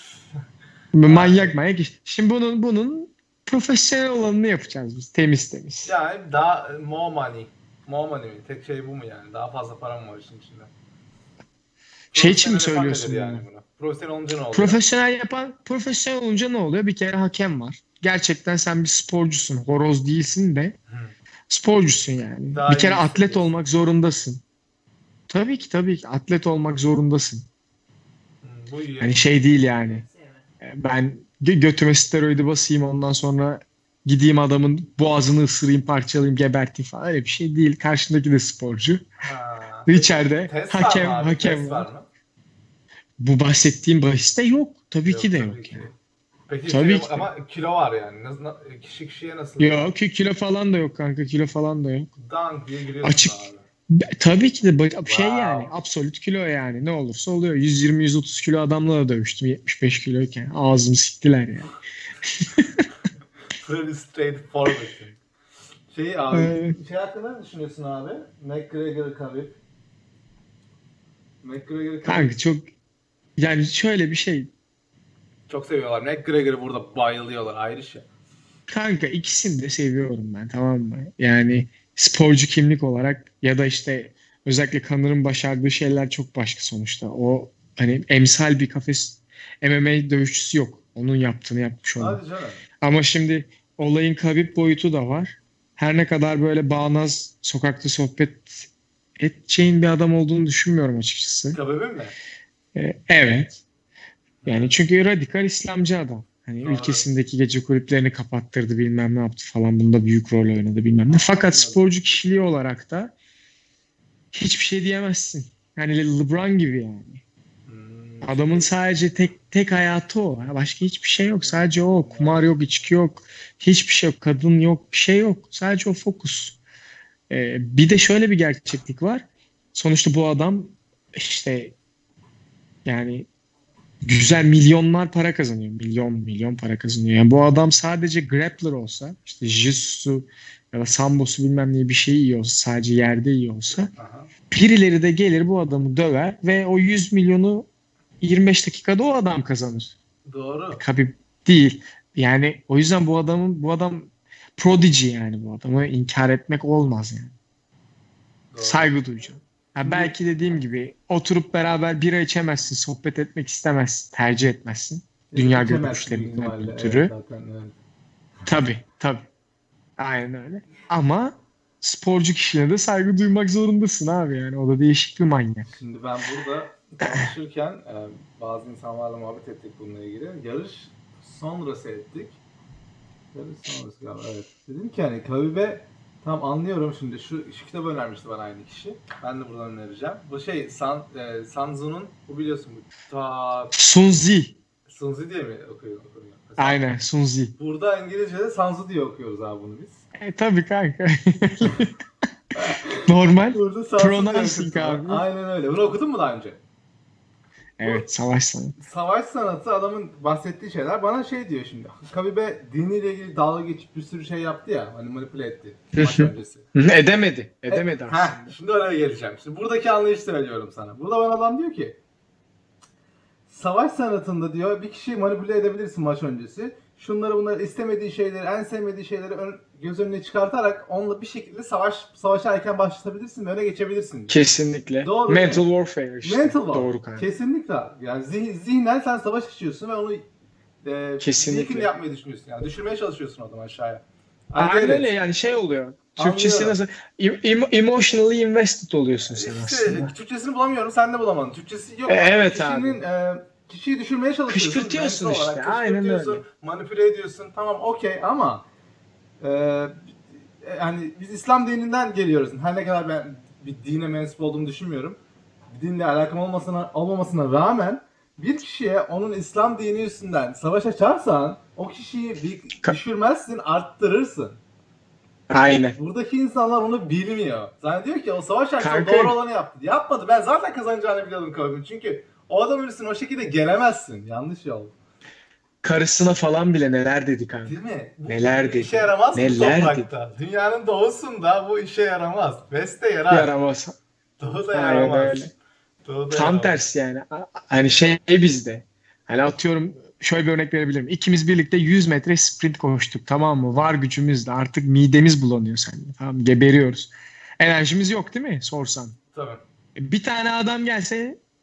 Manyak manyak iş. Şimdi bunun bunun profesyonel olanını yapacağız biz, temiz temiz. Yani daha more money. More money mi? Tek şey bu mu yani? Daha fazla para mı var işin içinde? Şey için mi Profesyonel yapan söylüyorsun nedir yani? yani bunu? Profesyonel olunca ne oluyor? Profesyonel yapan, profesyonel olunca ne oluyor? Bir kere hakem var. Gerçekten sen bir sporcusun. Horoz değilsin de Hı. sporcusun yani. Daha Bir kere iyi atlet hissediyorsun. olmak zorundasın. Tabii ki tabii ki atlet olmak zorundasın. Hı, bu iyi. Hani şey değil yani. Sevmem. Ben gö- götüme steroidi basayım ondan sonra gideyim adamın boğazını ısırayım, parçalayayım, geberteyim falan. Öyle bir şey değil. Karşındaki de sporcu. Ha. İçeride Test var hakem mı abi? hakem Test var. var mı? Bu bahsettiğim bahiste yok. Tabii Yok ki de tabii yok ki. yani. Peki Tabii şey, ki de. ama kilo var yani. Nasıl, na- kişi kişiye nasıl? Yok ki kilo falan da yok kanka. Kilo falan da yok. Dank diye giriyorsun Açık. abi. Be- Tabii ki de ba- şey Wow. yani absolut kilo yani ne olursa oluyor. yüz yirmi yüz otuz kilo adamla da dövüştüm yetmiş beş kiloyken. Ağzımı siktiler yani. Pretty straightforward'ın. Şey abi, Evet. şey hakkında ne düşünüyorsun abi? McGregor Khabib. McGregor Khabib Kanka çok yani şöyle bir şey. çok seviyorlar. McGregor'ı burada bayılıyorlar. Ayrı şey. Kanka ikisini de seviyorum ben, tamam mı? Yani sporcu kimlik olarak ya da işte özellikle Connor'ın başardığı şeyler çok başka sonuçta. O hani emsal bir kafes M M A dövüşçüsü yok. Onun yaptığını yapmış olan. Hadi canım. Ama şimdi olayın Khabib boyutu da var. Her ne kadar böyle bağnaz sokakta sohbet edeceğin bir adam olduğunu düşünmüyorum açıkçası. Khabib'in mi? Ee, evet. Yani çünkü radikal İslamcı adam. Hani Doğru. ülkesindeki gece kulüplerini kapattırdı, bilmem ne yaptı falan. Bunda büyük rol oynadı bilmem ne. Fakat sporcu kişiliği olarak da hiçbir şey diyemezsin. Yani LeBron gibi yani. Hmm, Adamın sadece tek tek hayatı o. Başka hiçbir şey yok. Sadece o. Kumar yok, içki yok. Hiçbir şey yok. Kadın yok, bir şey yok. Sadece o fokus. Ee, bir de şöyle bir gerçeklik var. Sonuçta bu adam işte yani güzel milyonlar para kazanıyor. Milyon milyon para kazanıyor. Yani bu adam sadece grappler olsa, işte jiu-jitsu ya da sambosu bilmem ne bir şey iyi olsa, sadece yerde iyi olsa, aha. birileri de gelir bu adamı döver ve o yüz milyonu yirmi beş dakikada o adam kazanır. Doğru. Khabib değil. Yani o yüzden bu adamın bu adam prodigy, yani bu adamı inkar etmek olmaz yani. Doğru. Saygı duyacağım. Ha, belki dediğim gibi oturup beraber bira içemezsin, sohbet etmek istemezsin, tercih etmezsin. Dünya İçemezsin görüşlerinden büyük ihtimalle. ötürü. Evet, zaten, evet. Tabii, tabii. Aynen öyle. Ama sporcu kişiliğine de saygı duymak zorundasın abi yani. O da değişik bir manyak. Şimdi ben burada tanışırken e, bazı insanlarla muhabbet ettik bununla ilgili. Yarış sonrası ettik. Yarış sonrası galiba, evet. Dedim ki hani Khabib'e tam anlıyorum şimdi. Şu, şu kitabı önermişti bana aynı kişi. Ben de buradan önereceğim. Bu şey San, e, Sun Tzu'nun, bu biliyorsun bu ta Sun Tzu. Sun Tzu diye mi okuyor? okuyor? Aynen, Sun Tzu. Burada İngilizce'de Sun Tzu diye okuyoruz abi bunu biz. E tabii kanka. Normal. Burada Sun Tzu diye Pronouncing okuyoruz. abi. Aynen öyle. Bunu okudun mu daha önce? Evet, savaş sanatı. Savaş sanatı, adamın bahsettiği şeyler bana şey diyor şimdi. Khabib'e diniyle ilgili dalga geçip bir sürü şey yaptı ya, hani manipüle etti maç öncesi. Edemedi. Edemedi E, aslında. heh, şimdi oraya geleceğim. Şimdi buradaki anlayışı söylüyorum sana. Burada bana adam diyor ki savaş sanatında diyor bir kişiyi manipüle edebilirsin maç öncesi. Şunları bunları istemediği şeyleri, en sevmediği şeyleri ön, göz önüne çıkartarak onunla bir şekilde savaş savaşa erken başlatabilirsin ve öne geçebilirsin diyor. Kesinlikle. Doğru. Mental warfare işte. Mental var. Doğru kanka. Kesinlikle. Yani zih- zihnen sen savaş açıyorsun ve onu e, Kesinlikle. weaken yapmayı düşünüyorsun. Yani düşürmeye çalışıyorsun o zaman aşağıya. Aynen evet. öyle yani şey oluyor. Türkçesi Anlıyorum. nasıl? Em- emotionally invested oluyorsun sen aslında. İşte Türkçesini bulamıyorum, sen de bulamadın. Türkçesi yok. E, evet Kişinin, e, kişiyi düşürmeye çalışıyorsun. Kışkırtıyorsun mental işte, olarak aynen kışkırtıyorsun, öyle. manipüle ediyorsun. Tamam, okey ama e, yani biz İslam dininden geliyoruz. Her ne kadar ben bir dine mensup olduğumu düşünmüyorum. Bir dinle alakam olmasına, olmamasına rağmen bir kişiye onun İslam dini üstünden savaş açarsan o kişiyi bir Ka- düşürmezsin, arttırırsın. Aynen. Buradaki insanlar onu bilmiyor. Zannediyor ki o savaş açtı, Kanka- doğru olanı yaptı. Yapmadı. Ben zaten kazanacağını biliyordum Khabib'in. Çünkü o adam üstüne o şekilde gelemezsin. Yanlış yol. Karısına falan bile neler dedi kanka. Değil mi? Bu Neler bu dedi. işe yaramaz bu Neler toprakta. Dünyanın doğusunda bu işe yaramaz. West'te yarar. Yaramaz. Doğuda Aynen yaramaz. öyle. Doğuda Tam yaramaz. tersi yani. Hani şey bizde. Hani atıyorum şöyle bir örnek verebilirim. İkimiz birlikte yüz metre sprint koştuk, tamam mı? Var gücümüzle artık midemiz bulanıyor seninle. Tamam mı? Geberiyoruz. Enerjimiz yok değil mi sorsan? Tabii. Bir tane adam gelse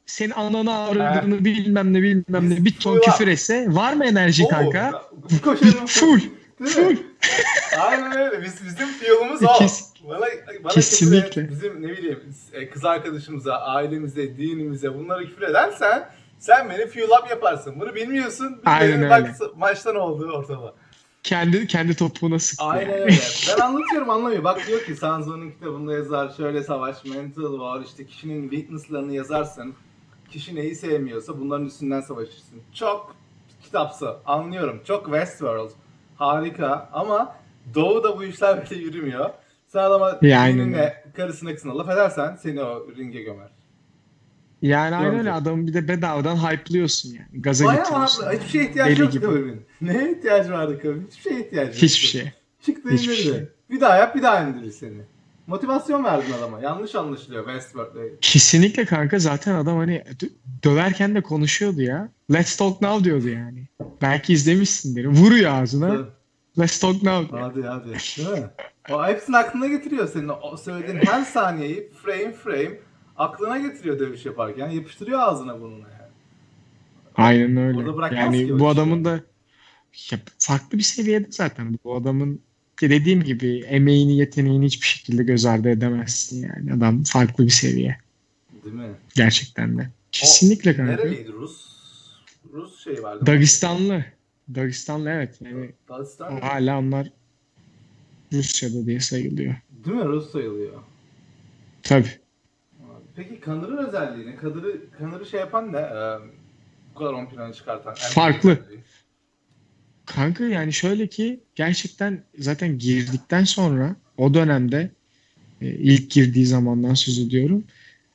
senin ananı ağrıdığını bilmem ne bilmem ne Biz bir ton full küfür up. etse var mı enerji Oo, kanka? ben- koşarım. Full. Değil mi? Full. Aynen öyle. Biz, bizim yolumuz o. Kes- Bana, bana Kesinlikle. küfür et, bizim ne bileyim e, kız arkadaşımıza, ailemize, dinimize bunlara küfür edersen sen beni fuel up yaparsın. Bunu bilmiyorsun. Bir Aynen benim öyle. bak maçta ne oldu ortada. Kendi kendi topuğuna sıktı. Aynen yani. öyle. Ben anlatıyorum anlamıyor. Bak diyor ki Sanzo'nun kitabında yazar şöyle savaş, mental var işte kişinin weakness'larını yazarsın. Kişi neyi sevmiyorsa bunların üstünden savaşırsın. Çok kitapsı. Anlıyorum. Çok Westworld. Harika ama Doğu'da bu işler böyle yürümüyor. Sen adama Yani. dinine, karısına kızına laf edersen seni o ringe gömer. Yani aynen öyle, Yonca. adamı bir de bedavadan hype'lıyorsun yani. Gaza Bayağı getiriyorsun. haklı. Hiçbir şeye ihtiyacı Deli yok gibi. Kıvır'ın. Neye ihtiyacı vardı Kıvır'ın? Hiçbir şeye ihtiyacı yok. Hiçbir şey. Çıktı Hiçbir indirdi. şey. Bir daha yap bir daha indirir seni. Motivasyon verdin adama. Yanlış anlaşılıyor Westworld'da. Kesinlikle kanka, zaten adam hani dö- döverken de konuşuyordu ya. Let's talk now diyordu yani. Belki izlemişsindir. Vuruyor ağzına. Let's talk now diyor. Hadi hadi. Değil mi? O hepsini aklına getiriyor senin. O söylediğin her saniyeyi frame frame aklına getiriyor dövüş yaparken. Yapıştırıyor ağzına burnuna yani. Aynen öyle. Orada bırakmaz ki Yani o bu işi. adamın da ya farklı bir seviyede zaten. Bu adamın dediğim gibi emeğini, yeteneğini hiçbir şekilde göz ardı edemezsin yani. Adam farklı bir seviye. Değil mi? Gerçekten de. Kesinlikle O kanka. nereliydi Rus? Rus şey vardı. Dagestanlı. Dagestanlı evet. Yani Dagestan. hala onlar Rusya'da diye sayılıyor. Değil mi? Rus sayılıyor. Tabii. Abi, peki Kanır'ın özelliği ne? Kanır'ı, Kanır'ı şey yapan ne? Ee, bu kadar ön plana çıkartan. en büyük Farklı. özelliği. Kanka yani şöyle ki gerçekten zaten girdikten sonra o dönemde e, ilk girdiği zamandan söz ediyorum.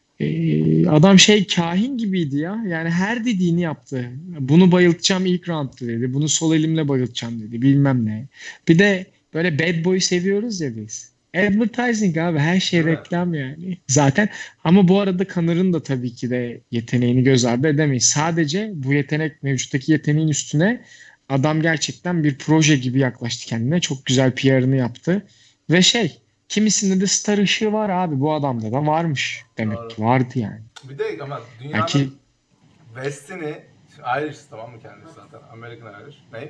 E, adam şey kahin gibiydi ya. Yani her dediğini yaptı. Bunu bayıltacağım ilk roundda dedi. Bunu sol elimle bayıltacağım dedi. Bilmem ne. Bir de böyle bad boy seviyoruz ya biz. Advertising abi, her şey Evet. reklam yani. Zaten ama bu arada Kanır'ın da tabii ki de yeteneğini göz ardı edemeyiz. Sadece bu yetenek, mevcuttaki yeteneğin üstüne adam gerçekten bir proje gibi yaklaştı kendine. Çok güzel P R'ını yaptı. Ve şey, kimisinde de star ışığı var abi. Bu adamda da varmış. Demek Doğru. ki vardı yani. Bir de ama dünyanın Belki West'ini Irish tamam mı kendisi zaten? American Irish. Ne?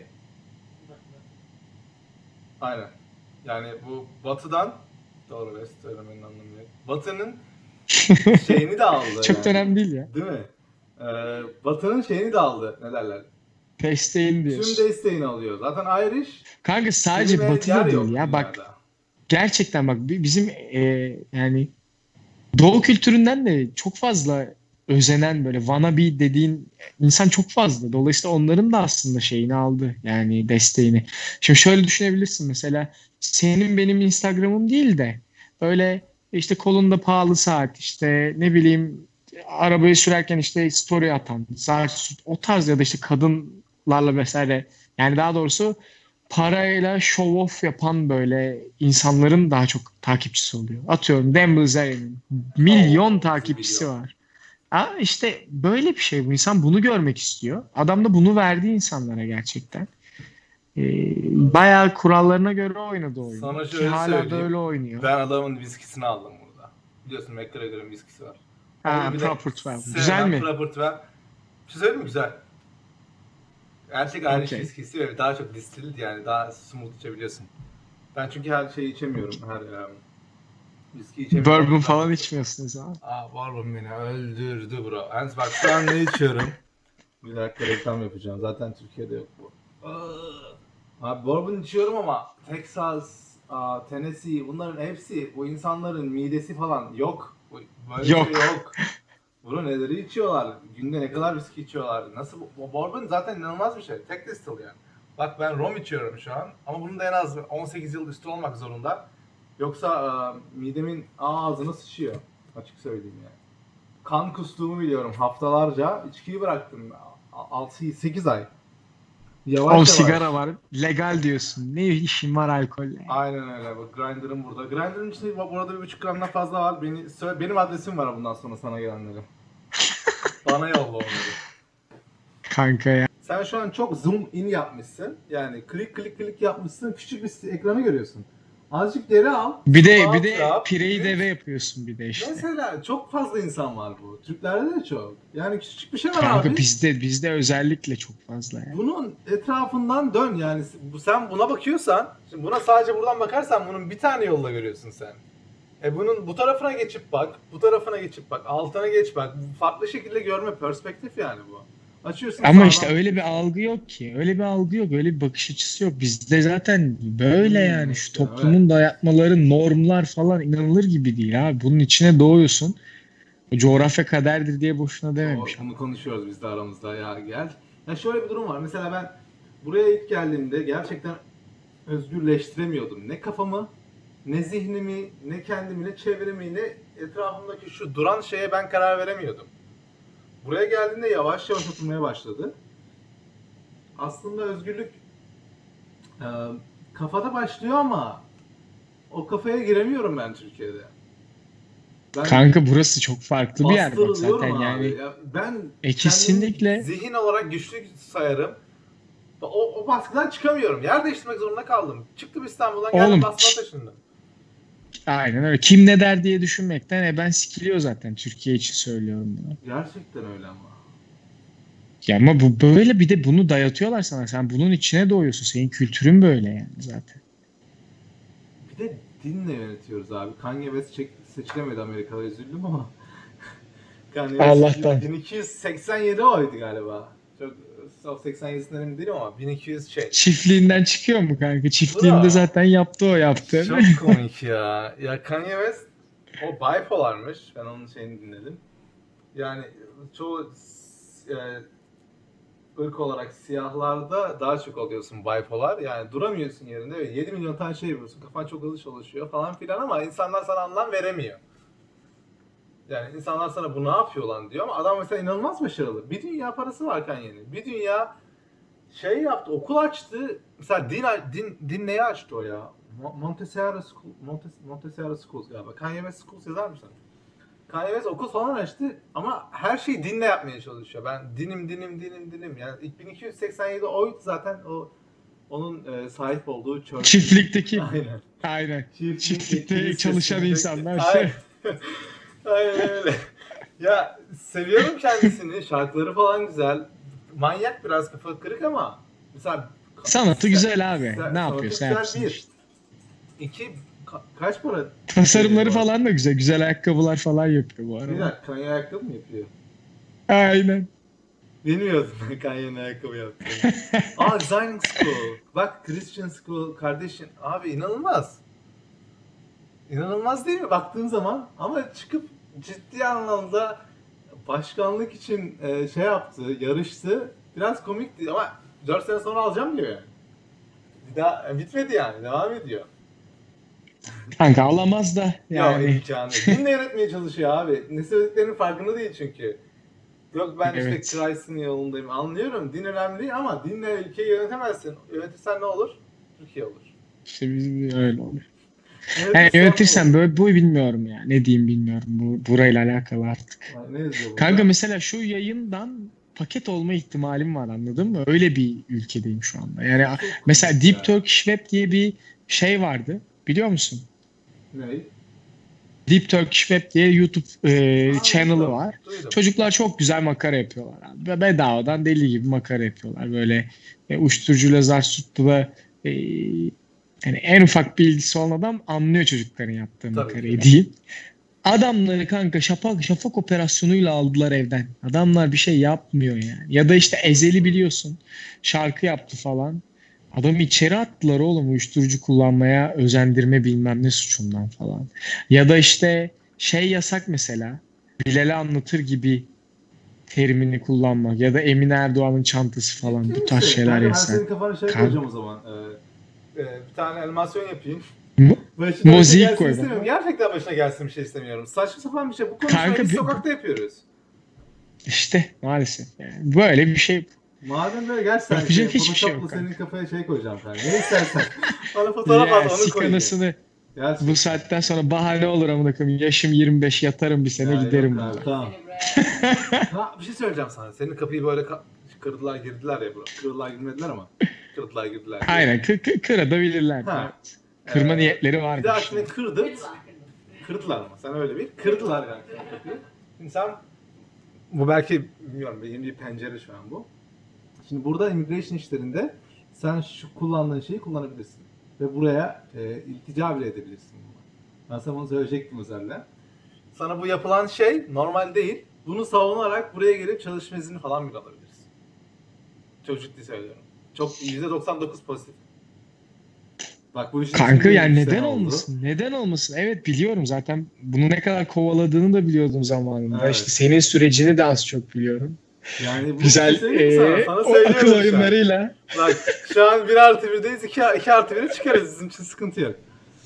Aynen. Yani bu batıdan doğru West söylemenin anlamı yok. Batı'nın şeyini de aldı çok yani. da önemli değil ya. Değil mi? Ee, Batı'nın şeyini de aldı. Ne derler? Desteğini Tüm diyorsun. desteğini alıyor. Zaten Irish Kanka sadece filme batıda yer değil yok ya. Bak dünyada. gerçekten bak bi- bizim e, yani Doğu kültüründen de çok fazla özenen böyle wannabe dediğin insan çok fazla. Dolayısıyla onların da aslında şeyini aldı. Yani desteğini. Şimdi şöyle düşünebilirsin mesela, senin benim Instagram'ım değil de böyle işte kolunda pahalı saat, işte ne bileyim arabayı sürerken işte story atan saat, o tarz ya da işte kadınlarla vesaire, yani daha doğrusu parayla show off yapan böyle insanların daha çok takipçisi oluyor. Atıyorum Dan Bilzerian'ın milyon Oo, takipçisi milyon. var. Ha, işte böyle bir şey, bu insan bunu görmek istiyor. Adam da bunu verdi insanlara gerçekten. Ee, bayağı kurallarına göre oynadı oyunu. Sana Ki şöyle hala da söyleyeyim. öyle oynuyor. Ben adamın viskisini aldım burada. Biliyorsun McGregor'ın viskisi var. Ha, Onu bir de Proper twelve. sevmem, Güzel mi? Proper twelve. Bir şey söyleyeyim mi? Güzel. Gerçek Irish Okey. viskisi ve daha çok distilled yani daha smooth içebiliyorsun. Ben çünkü her şeyi içemiyorum. Her um, viski içemiyorum. Bourbon falan içmiyorsunuz abi. Aa bourbon beni öldürdü bro. Yalnız bak şu an ne içiyorum? Bir dakika reklam yapacağım. Zaten Türkiye'de yok bu. Aa, abi bourbon içiyorum ama Texas, aa, Tennessee bunların hepsi bu insanların midesi falan yok. Bu- Böyle Yok. bir şey yok. Bro neleri içiyorlar? Günde ne kadar viski içiyorlar? Nasıl bu? bu Bourbon zaten inanılmaz bir şey. Tek distill yani. Bak ben rom içiyorum şu an ama bunun da en az on sekiz yıl üstü olmak zorunda. Yoksa aa, midemin ağzına sıçıyor. Açık söyleyeyim yani. Kan kustuğumu biliyorum haftalarca. İçkiyi bıraktım. altı sekiz ay. Yavaş on yavaş. sigara var. Legal diyorsun. Ne işin var alkolle? Aynen öyle. Bak Grindr'ım burada. Grindr'ın içinde bak burada bir buçuk gramdan fazla var. Beni, sö- benim adresim var bundan sonra sana gelenlere. Bana yolla onları. Kanka ya. Sen şu an çok zoom in yapmışsın. Yani klik klik klik yapmışsın. Küçük bir ekranı görüyorsun. Azıcık geri al. Bir de rahat bir de yap. pireyi Bir- deve yapıyorsun bir de işte. Mesela çok fazla insan var bu. Türklerde de çok. Yani küçücük bir şey var Kanka abi. bizde bizde özellikle çok fazla yani. Bunun etrafından dön yani. Bu- Sen buna bakıyorsan, şimdi buna sadece buradan bakarsan bunun bir tane yolla görüyorsun sen. E bunun bu tarafına geçip bak, bu tarafına geçip bak, altına geç bak. Farklı şekilde görme, perspektif yani bu. Açıyorsun Ama sağdan- işte öyle bir algı yok ki. Öyle bir algı yok. Öyle bir bakış açısı yok. Bizde zaten böyle Hmm, yani. Şu işte, toplumun dayatmaları, normlar falan inanılır gibi değil abi. Bunun içine doğuyorsun. Coğrafya kaderdir diye boşuna dememiş. O- Bunu konuşuyoruz biz de aramızda ya gel. Ya şöyle bir durum var. Mesela ben buraya ilk geldiğimde gerçekten özgürleştiremiyordum. Ne kafamı, ne zihnimi, ne kendimi, ne çevremi, ne etrafımdaki şu duran şeye ben karar veremiyordum. Buraya geldiğinde yavaş yavaş oturmaya başladı. Aslında özgürlük e, kafada başlıyor ama o kafaya giremiyorum ben Türkiye'de. Ben Kanka burası çok farklı bir yer bak bastırılıyorum zaten abi. yani. Ya ben E, kesinlikle. kendimi zihin olarak güçlü sayarım. O, o baskıdan çıkamıyorum. Yer değiştirmek zorunda kaldım. Çıktım İstanbul'dan geldim Oğlum, Basra'ya taşındım. Aynen öyle. Kim ne der diye düşünmekten e ben sikiliyor zaten. Türkiye için söylüyorum bunu. Gerçekten öyle ama. Ya ama bu böyle, bir de bunu dayatıyorlar sana. Sen bunun içine doğuyorsun. Senin kültürün böyle yani zaten. Bir de dinle yönetiyoruz abi. Kanye West çek, seçilemedi Amerika'da, üzüldüm ama. Kanye West Allah'tan. bin iki yüz seksen yedi oydu galiba. Çok çok seksen yedisinden emin değilim ama bin iki yüz şey. Çiftliğinden çıkıyor mu kanka? Çiftliğinde Bra. zaten yaptı o yaptı. Çok komik ya. Ya Kanye West o bipolarmış. Ben onun şeyini dinledim. Yani çoğu e, ırk olarak siyahlarda daha çok oluyorsun bipolar. Yani duramıyorsun yerinde ve yedi milyon tane şey yapıyorsun. Kafan çok hızlı çalışıyor falan filan ama insanlar sana anlam veremiyor. Yani insanlar sana bu ne yapıyor lan diyor ama adam mesela inanılmaz başarılı. Bir dünya parası var Kanye'nin. Bir dünya şey yaptı, okul açtı. Mesela din din din neyi açtı o ya? Mo- Montessori School, Montes, Montessori Schools galiba. Kanye West Schools yazar mısın? Kanye West okul falan açtı ama her şeyi dinle yapmaya çalışıyor. Ben dinim dinim dinim dinim. Yani ilk bin iki yüz seksen yedi oydu zaten o onun e, sahip olduğu church. Çiftlikteki. Aynen. Aynen. Çiftlik, Çiftlikte kilisesindeki- çalışan insanlar. Aynen. Aynen öyle. Ya seviyorum kendisini. Şarkıları falan güzel. Manyak, biraz kafa kırık ama mesela Sanatı Sen- güzel abi. sen- Ne sanatı yapıyorsa güzel yapsın bir. işte. İki, ka- kaç para? Tasarımları Ee, falan da güzel. Güzel ayakkabılar falan yapıyor bu Bir arada. dakika, Kanye ayakkabı mı yapıyor? Aynen. Bilmiyordum ben Kanye'nin ayakkabı yaptığını. Aa, Designing School. Bak, Christian School, kardeşin. Abi inanılmaz. İnanılmaz değil mi baktığın zaman? Ama çıkıp ciddi anlamda başkanlık için e, şey yaptı, yarıştı. Biraz komikti ama dört sene sonra alacağım diyor yani. Bir daha e, bitmedi yani, devam ediyor. Kanka alamaz da Ya yani. imkanı. Dinle yönetmeye çalışıyor abi. Ne söylediklerinin farkında değil çünkü. Yok ben işte Evet. Christ'in yolundayım. Anlıyorum. Din önemli ama dinle ülkeyi yönetemezsin. Yönetirsen ne olur? Türkiye olur. İşte biz öyle olur. Yönetirsen Yani ne yönetirsen olur? böyle bu bilmiyorum ya. Ne diyeyim bilmiyorum. Bu burayla alakalı artık. Ay, ne yazıyor burada? Kanka mesela şu yayından paket olma ihtimalim var, anladın mı? Öyle bir ülkedeyim şu anda. Yani Çok komik mesela ya. Deep Turkish Web diye bir şey vardı. Biliyor musun? Ne? Deep Turkish Web diye YouTube e, Aa, channel'ı duydum, var. duydum. Çocuklar çok güzel makara yapıyorlar abi. Ve bedavadan deli gibi makara yapıyorlar. Böyle e, uyuşturucuyla zar tuttu da e, yani en ufak bilgisi olan adam anlıyor çocukların yaptığı Tabii makarayı ki. değil. Adamları kanka şafak şafak operasyonuyla aldılar evden. Adamlar bir şey yapmıyor yani. Ya da işte Ezel'i biliyorsun. Şarkı yaptı falan. Adamı içeri attılar oğlum, uyuşturucu kullanmaya özendirme bilmem ne suçundan falan. Ya da işte şey yasak mesela. Bilal'i anlatır gibi terimini kullanmak. Ya da Emin Erdoğan'ın çantası falan. Ciddi Bu tarz misin? şeyler Kanka ben yasak. senin kafana şey Kan- koyacağım o zaman. Ee, e, bir tane animasyon yapayım. Mo- Başına Mozaik bir şey gelsin koy istemiyorum. bana. Gerçekten başına gelsin bir şey istemiyorum. Saçma sapan bir şey. Bu konuşmayı Kanka biz bir- sokakta yapıyoruz. İşte maalesef. Yani böyle bir şey. Madem böyle gerçekten Yapacak şey, hiçbir şey Photoshop'la yok senin kanka. kafaya şey koyacağım kanka. Ne istersen. Bana fotoğraf Ya at, onu sik koyayım. anasını. Gerçekten. Bu saatten sonra bahane olur amına koyayım. Yaşım yirmi beş, yatarım bir sene Ya giderim yok abi, valla. tamam. Seni buraya. Ha, bir şey söyleyeceğim sana. Senin kapıyı böyle ka- kırdılar girdiler ya bro. Kırdılar girmediler ama. Kırdılar girdiler. Aynen kı kı kırabilirler. Ha. Evet. Kırma Ee, niyetleri Bir varmış. dahakine kırdı. Kırdılar, kırdılar. Kırdılar mı? Sen öyle bir. Kırdılar yani. Şimdi sen bu belki bilmiyorum benim bir pencere şu an bu. Şimdi burada immigration işlerinde sen şu kullandığın şeyi kullanabilirsin. Ve buraya e, iltica bile edebilirsin. Ben sana bunu söyleyecektim özellikle. Sana bu yapılan şey normal değil. Bunu savunarak buraya gelip çalışma izni falan bile alabilirsin. Çok ciddi söylüyorum. Çok yüzde doksan dokuz pozitif. Bak bu işin Kanka içinde yani bir sene neden oldu. olmasın? Neden olmasın? Evet biliyorum zaten bunu ne kadar kovaladığını da biliyordum zamanında. Evet. İşte senin sürecini de az çok biliyorum. Yani bu Güzel bir şey söyleyeyim mi eee, sana? Sana o söylüyorum akıl şu an. oyunlarıyla. Bak şu an bir artı birdeyiz. iki, iki artı bire çıkarız. Bizim için sıkıntı yok.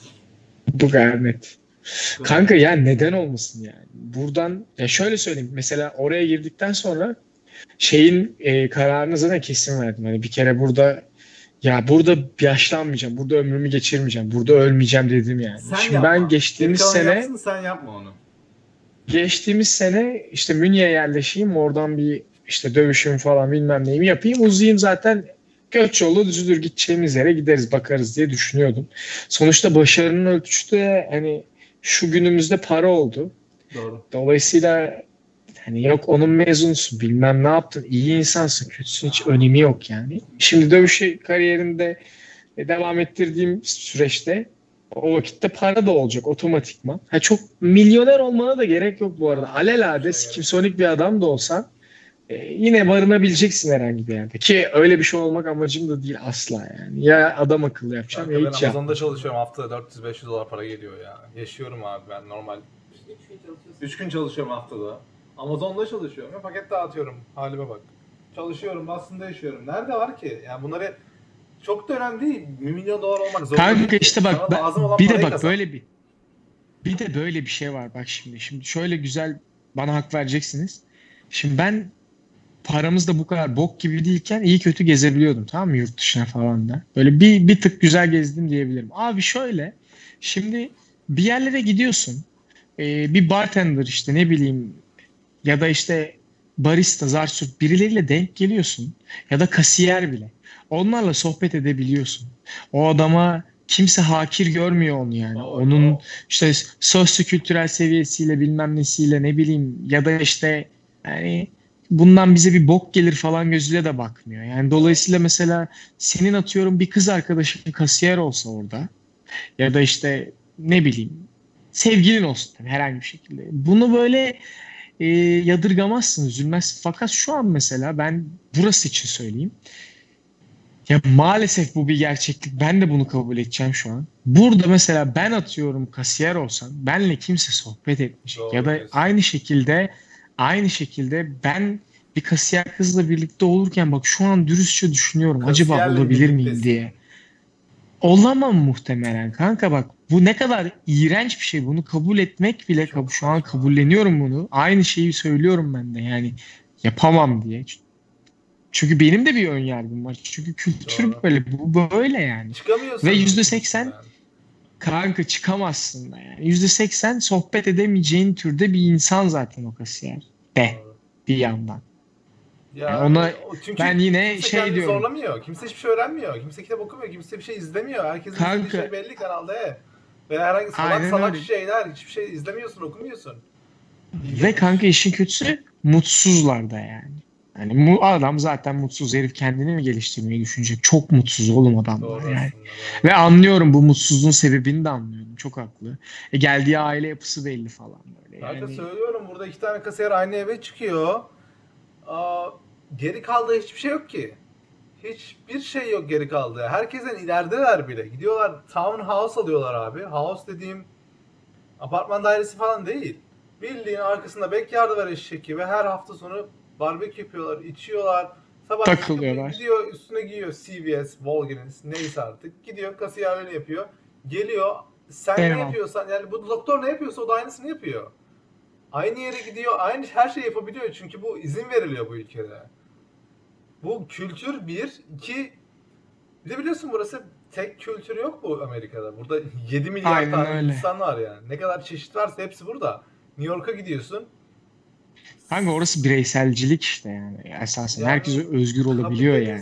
Bu kadar net. Kanka yani neden olmasın yani? Buradan ya şöyle söyleyeyim. Mesela oraya girdikten sonra şeyin e, kararını zaten kesin verdim. Hani bir kere burada ya burada yaşlanmayacağım. Burada ömrümü geçirmeyeceğim. Burada ölmeyeceğim dedim yani. Sen Şimdi yapma. ben Geri geçtiğimiz kalan sene yapsın, sen yapma onu. geçtiğimiz sene işte Münih'e yerleşeyim. Oradan bir işte dövüşüm falan bilmem neyimi yapayım. Uzayayım zaten göç yolu düzülür gideceğimiz yere gideriz bakarız diye düşünüyordum. Sonuçta başarının ölçüsü de hani şu günümüzde para oldu. Doğru. Dolayısıyla hani yok onun mezunusun bilmem ne yaptın iyi insansın kötüsün hiç önemi yok yani. Şimdi dövüş kariyerinde devam ettirdiğim süreçte o vakitte para da olacak otomatikman. Ha çok milyoner olmana da gerek yok bu arada. Alelade skimsonik bir adam da olsan e, yine barınabileceksin herhangi bir yerde. Ki öyle bir şey olmak amacım da değil asla yani. Ya adam akıllı yapacağım Kanka ya ben hiç yap. Amazon'da çalışıyorum. Haftada dört yüz beş yüz dolar para geliyor ya. Yaşıyorum abi ben normal. Üç gün çalışıyorsun. üç gün çalışıyorum haftada. Amazon'da çalışıyorum. Ve paket dağıtıyorum. Halime bak. Çalışıyorum. Aslında yaşıyorum. Nerede var ki? Yani bunları çok da önemli değil. Bir milyon dolar olmak zorunda değil Kanka ki. işte bak Sana ben- lazım olan bir de parayı bak kazan. böyle bir bir de böyle bir şey var bak şimdi. Şimdi şöyle güzel bana hak vereceksiniz. Şimdi ben paramız da bu kadar bok gibi değilken iyi kötü gezebiliyordum tamam mı yurt dışına falan da. Böyle bir bir tık güzel gezdim diyebilirim. Abi şöyle şimdi bir yerlere gidiyorsun. Ee, bir bartender işte ne bileyim ya da işte barista, zarsut birileriyle denk geliyorsun ya da kasiyer bile. Onlarla sohbet edebiliyorsun. O adama kimse hakir görmüyor onu yani. Doğru. Onun işte sosyo-kültürel seviyesiyle bilmem nesiyle ne bileyim ya da işte yani bundan bize bir bok gelir falan gözüyle de bakmıyor. Yani dolayısıyla mesela senin atıyorum bir kız arkadaşın kasiyer olsa orada ya da işte ne bileyim sevgilin olsun tabii herhangi bir şekilde. Bunu böyle e, yadırgamazsın, üzülmezsin. Fakat şu an mesela ben burası için söyleyeyim. Ya maalesef bu bir gerçeklik. Ben de bunu kabul edeceğim şu an. Burada mesela ben atıyorum kasiyer olsam benle kimse sohbet etmeyecek. Doğru Ya da diyorsun. aynı şekilde aynı şekilde ben bir kasiyer kızla birlikte olurken bak şu an dürüstçe düşünüyorum. Acaba Kasiyerle olabilir miyim birliktesin. diye. Olamam muhtemelen kanka bak bu ne kadar iğrenç bir şey bunu kabul etmek bile Çok kab- şu an saçma. kabulleniyorum bunu aynı şeyi söylüyorum ben de yani yapamam diye çünkü benim de bir ön yargım var çünkü kültür Doğru. böyle bu böyle yani Çıkamıyorsun. ve işin yüzde seksen içinden. kanka çıkamazsın da yani yüzde seksen sohbet edemeyeceğin türde bir insan zaten o kasiyer de Doğru. bir yandan. Ya, Yani ona o- çünkü ben yine kimse şey kendini diyorum. zorlamıyor. Kimse hiçbir şey öğrenmiyor. Kimse kitap okumuyor. Kimse bir şey izlemiyor. Herkesin Kanka. izlediği şey belli kanalda. Ve herhangi salak Aynen salak öyle. şeyler. Hiçbir şey izlemiyorsun, okumuyorsun. Ve kanka işin kötüsü mutsuzlar da yani. Yani mu adam zaten mutsuz herif kendini mi geliştirmeyi düşünecek? Çok mutsuz oğlum adamlar Doğru yani. aslında. Doğru. Ve anlıyorum bu mutsuzluğun sebebini de anlıyorum. Çok haklı. E geldiği aile yapısı belli falan böyle. Kanka Yani söylüyorum burada iki tane kasiyer aynı eve çıkıyor. Aa, geri kaldığı hiçbir şey yok ki. Hiçbir şey yok geri kaldığı. Herkesten ilerideler bile. Gidiyorlar townhouse alıyorlar abi. House dediğim apartman dairesi falan değil. Bildiğin arkasında backyard var eşek gibi. Her hafta sonu barbekü yapıyorlar, içiyorlar. Sabah Takılıyorlar. gidiyor üstüne giyiyor C V S, Walgreens neyse artık. Gidiyor kasiyerliğini yapıyor. Geliyor. Sen ne Eyvallah. yapıyorsan yani bu doktor ne yapıyorsa o da aynısını yapıyor. Aynı yere gidiyor, aynı her şeyi yapabiliyor çünkü bu izin veriliyor bu ülkede. Bu kültür bir, iki bir de biliyorsun burası tek kültür yok bu Amerika'da. Burada yedi milyar Aynen tane öyle. insan var yani. Ne kadar çeşit varsa hepsi burada. New York'a gidiyorsun. kanka orası bireyselcilik işte yani esasen. Yani Herkes özgür olabiliyor yani. Kapitalizm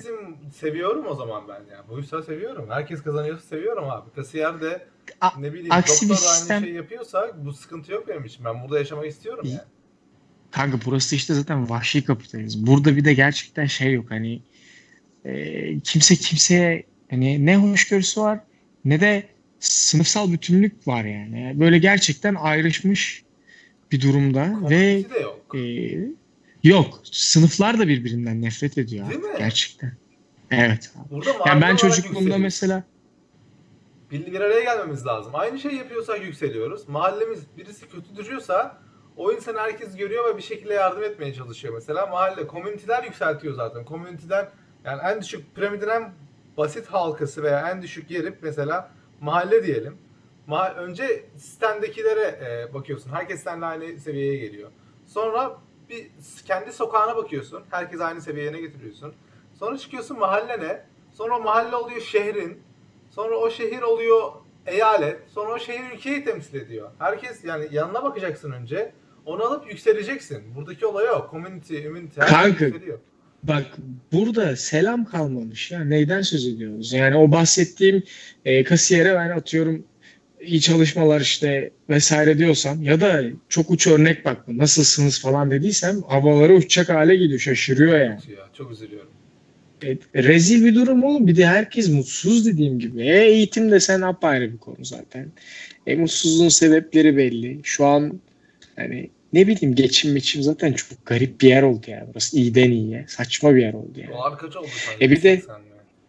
seviyorum o zaman ben ya. Buysa seviyorum. Herkes kazanıyorsa seviyorum abi. Kasiyer de A- ne bileyim aksi bir doktor da aynı sistem. şeyi yapıyorsa bu sıkıntı yok benim için. Ben burada yaşamak istiyorum yani. Kanka burası işte zaten vahşi kapitalizm. Burada bir de gerçekten şey yok hani e, kimse kimseye hani ne hoşgörüsü var ne de sınıfsal bütünlük var yani. Böyle gerçekten ayrışmış bir durumda ve Komünite de yok. e, yok. Sınıflar da birbirinden nefret ediyor Değil artık mi? gerçekten. Evet abi. Burada Yani mahalle ben olarak çocukluğumda yükseliyoruz. mesela Bir, bir araya gelmemiz lazım. Aynı şey yapıyorsak yükseliyoruz. Mahallemiz birisi kötü duruyorsa o insanı herkes görüyor ve bir şekilde yardım etmeye çalışıyor mesela. Mahalle, komüniteler yükseltiyor zaten. Komüniteden yani en düşük piramidin en basit halkası veya en düşük yeri mesela mahalle diyelim. Ma önce sistemdekilere e, bakıyorsun. Herkes seninle aynı seviyeye geliyor. Sonra bir kendi sokağına bakıyorsun. Herkes aynı seviyene getiriyorsun. Sonra çıkıyorsun mahallene. Sonra o mahalle oluyor şehrin. Sonra o şehir oluyor eyalet. Sonra o şehir ülkeyi temsil ediyor. Herkes yani yanına bakacaksın önce. Onu alıp yükseleceksin. Buradaki olay o. Community, immunity her şey kanka yükseliyor. bak burada selam kalmamış ya. Neyden söz ediyoruz? Yani o bahsettiğim e, kasiyere ben atıyorum iyi çalışmalar işte vesaire diyorsam ya da çok uç örnek bak nasılsınız falan dediysem havalara uçacak hale geliyor. Şaşırıyor yani. Kötü ya. Çok üzülüyorum. E, rezil bir durum oğlum. Bir de herkes mutsuz dediğim gibi. E, eğitim de sen apayrı bir konu zaten. E, mutsuzluğun sebepleri belli. Şu an hani ne bileyim geçim biçim zaten çok garip bir yer oldu yani. Burası iyiden iyiye. Saçma bir yer oldu yani. Dolar kaç oldu şu an? E bir de seksen mi?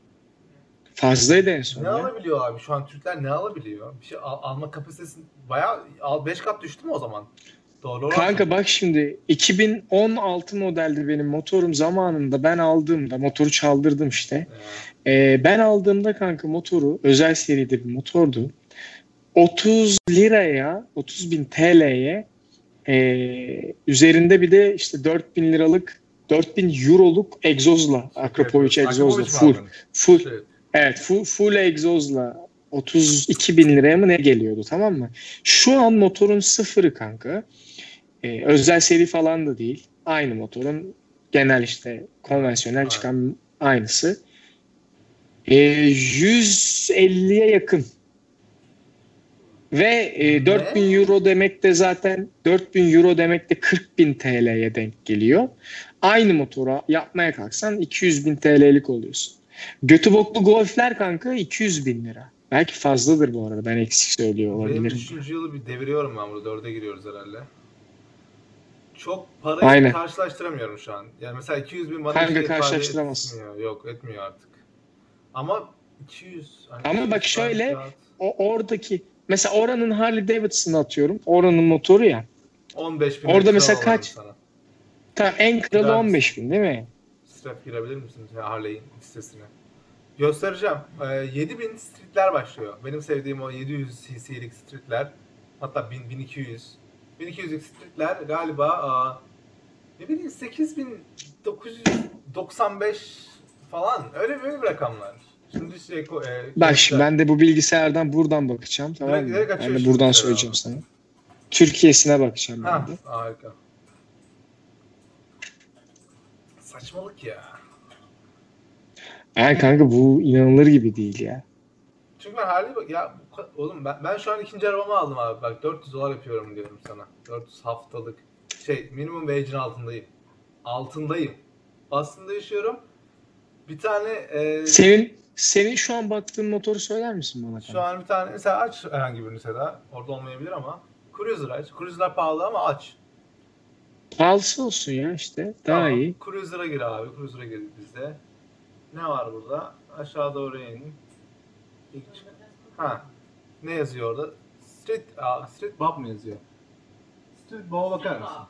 fazlaydı en son Ne ya. alabiliyor abi? Şu an Türkler ne alabiliyor? Bir şey al- alma kapasitesi bayağı al beş kat düştü mü o zaman? Doğru oran Kanka mı? bak şimdi iki bin on altı modeldi benim motorum zamanında ben aldığımda motoru çaldırdım işte. Ya. E, ben aldığımda kanka motoru özel seride bir motordu. otuz liraya otuz bin T L'ye Ee, üzerinde bir de işte dört bin liralık dört bin euroluk egzozla Akrapovic egzozla Akrapovic mi full aldın? full Şey, evet full, full egzozla otuz iki bin liraya mı ne geliyordu tamam mı? Şu an motorun sıfırı kanka. Ee, özel seri falan da değil. Aynı motorun genel işte konvansiyonel Aynen. çıkan aynısı. Ee, yüz elliye yakın. Ve e, dört bin Ne? euro demek de zaten dört bin euro demek de kırk bin T L'ye denk geliyor. Aynı motora yapmaya kalksan iki yüz bin T L'lik oluyorsun. Götü boklu golfler kanka iki yüz bin lira. Belki fazladır bu arada ben eksik söylüyor Benim olabilirim. üçüncü yılı bir deviriyorum ben burada. Dörde giriyoruz herhalde. Çok parayı Aynen. karşılaştıramıyorum şu an. Yani mesela iki yüz bin bana Kanka bir şey ifade karşılaştıramazsın. etmiyor. Yok etmiyor artık. Ama iki yüz hani Ama iki yüz bak şöyle rahat. o oradaki mesela oranın Harley Davidson'ı atıyorum. Oranın motoru ya. on beş bin Orada mesela kaç? sana. Tam en kralı Gider on beş misin? bin değil mi? Strap girebilir misin Harley'in sitesine? Göstereceğim. Ee, yedi bin streetler başlıyor. Benim sevdiğim o yedi yüz cc'lik streetler. Hatta bin, bin iki yüz. bin iki yüzlük streetler galiba aa, ne bileyim sekiz bin dokuz yüz doksan beş falan. Öyle böyle bir rakamlar. Şimdi şey ko- e, Bak şimdi göster. ben de bu bilgisayardan buradan bakacağım tamam Direkt- mı? direkt Ben açıyor de şimdi buradan mesela söyleyeceğim abi. sana. Türkiye'sine bakacağım ben Ha, de. harika. Saçmalık ya. Yani kanka bu inanılır gibi değil ya. Çünkü ben Harley bak ya bu ka- oğlum ben, ben şu an ikinci arabamı aldım abi. Bak dört yüz dolar yapıyorum diyorum sana. dört yüz haftalık. Şey minimum wage'in altındayım. Altındayım. Aslında yaşıyorum. Bir tane e, Senin senin şu an baktığın motoru söyler misin bana şu kanka? an bir tane mesela aç herhangi birini Seda. Orada olmayabilir ama Cruiser aç. Cruiser'lar pahalı ama aç. Pahalısı olsun ya işte. Daha Tamam. iyi. Cruiser'a gir abi. Cruiser'a gir bizde. Ne var burada? Aşağı doğru in. İlk çık- Ha. Ne yazıyor orada? Street, aa, Street Bob mu yazıyor? Street Bob'a bakar mısın?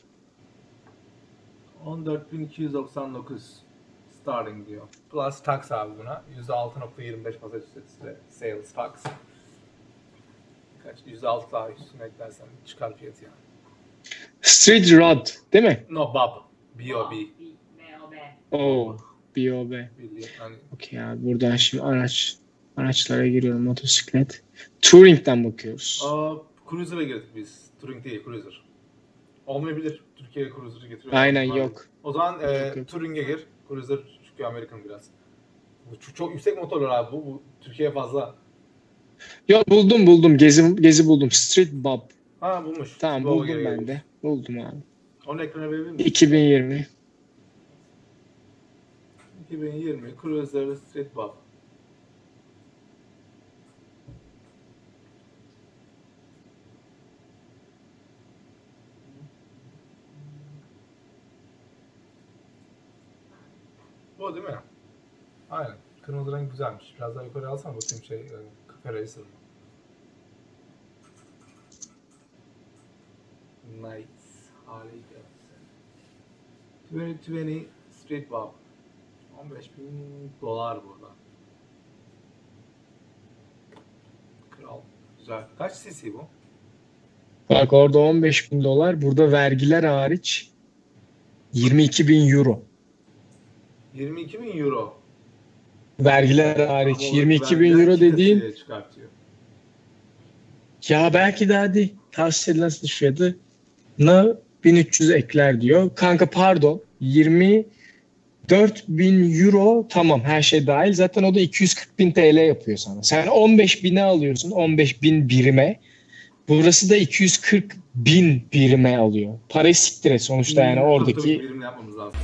on dört bin iki yüz doksan dokuz starting diyor. Plus tax abi buna. yüzde altı nokta yirmi beş Massachusetts'te sales tax. Kaç? yüzde altı daha üstüne eklersen çıkar fiyatı yani. Street Rod değil mi? No Bob. B O B. B O B. Oo. B O B. Bildiğin hani Okey abi buradan şimdi araç araçlara giriyorum motosiklet. Touring'den bakıyoruz. Aa, Cruiser'a girdik biz. Touring değil, Cruiser. Olmayabilir. Türkiye'ye Cruiser'ı getiriyor. Aynen Abi. yok. O zaman e, Yok, yok. Touring'e gir. Cruiser çünkü American biraz. Bu çok, çok yüksek motorlar abi. Bu, bu Türkiye'ye fazla. Ya buldum buldum. Gezi gezi buldum. Street Bob. Ha bulmuş. Tamam Baba buldum geri ben gelmiş. de. Buldum abi. Onun ekrana verebilir misin? iki bin yirmi. iki bin yirmi Cruiser Street Bob. Bu değil mi? Aynen. Kırmızı renk güzelmiş. Biraz daha yukarı alsana bakayım şey, e, Cafe Racer mı? Nice. Harika. yirmi yirmi Street Bob. on beş bin dolar burada. Kral. Güzel. Kaç cc bu? Bak orada on beş bin dolar. Burada vergiler hariç yirmi iki bin euro. yirmi iki bin euro. Vergiler hariç. Ama yirmi iki bin vergiler euro iki dediğin katıya çıkartıyor. ya belki de hadi tavsiye edilen satış fiyatı ne bin üç yüz ekler diyor. Kanka pardon yirmi dört bin euro tamam her şey dahil. Zaten o da iki yüz kırk bin T L yapıyor sana. Sen on beş bine alıyorsun. on beş bin birime. Burası da iki yüz kırk bin birime alıyor. Parayı siktir et sonuçta yani Hmm, tabii, tabii, oradaki. birim yapmamız lazım.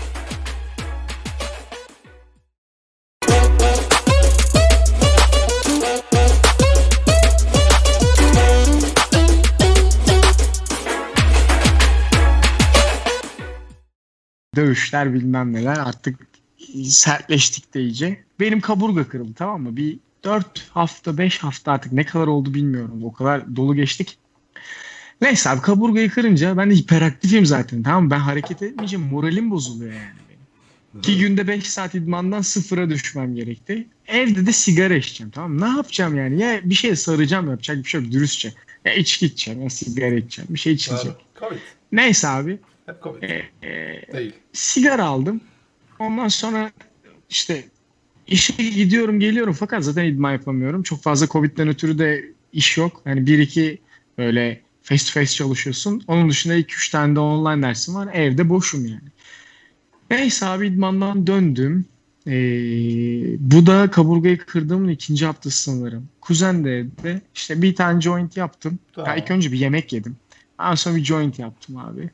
Dövüşler bilmem neler artık sertleştik de iyice. Benim kaburga kırıldı tamam mı? Bir dört hafta beş hafta artık ne kadar oldu bilmiyorum. O kadar dolu geçtik. Neyse abi kaburgayı kırınca ben de hiperaktifim zaten tamam mı? Ben hareket etmeyince moralim bozuluyor yani benim. İki günde beş saat idmandan sıfıra düşmem gerekti. Evde de sigara içeceğim tamam mı? Ne yapacağım yani? Ya bir şeye saracağım yapacak bir şey yok dürüstçe. Ya içki içeceğim ya sigara içeceğim bir şey içeceğim. Covid. Neyse abi. Hep Covid. E, e, Değil. sigara aldım. Ondan sonra işte işe gidiyorum geliyorum fakat zaten idman yapamıyorum. Çok fazla Covid'den ötürü de iş yok. Yani bir iki böyle face to face çalışıyorsun. Onun dışında iki üç tane de online dersim var. Evde boşum yani. Neyse abi idmandan döndüm. Ee, bu da kaburgayı kırdığımın ikinci haftası sanırım. Kuzen de evde. İşte bir tane joint yaptım. Tamam. Ya ilk önce bir yemek yedim. Ondan sonra bir joint yaptım abi.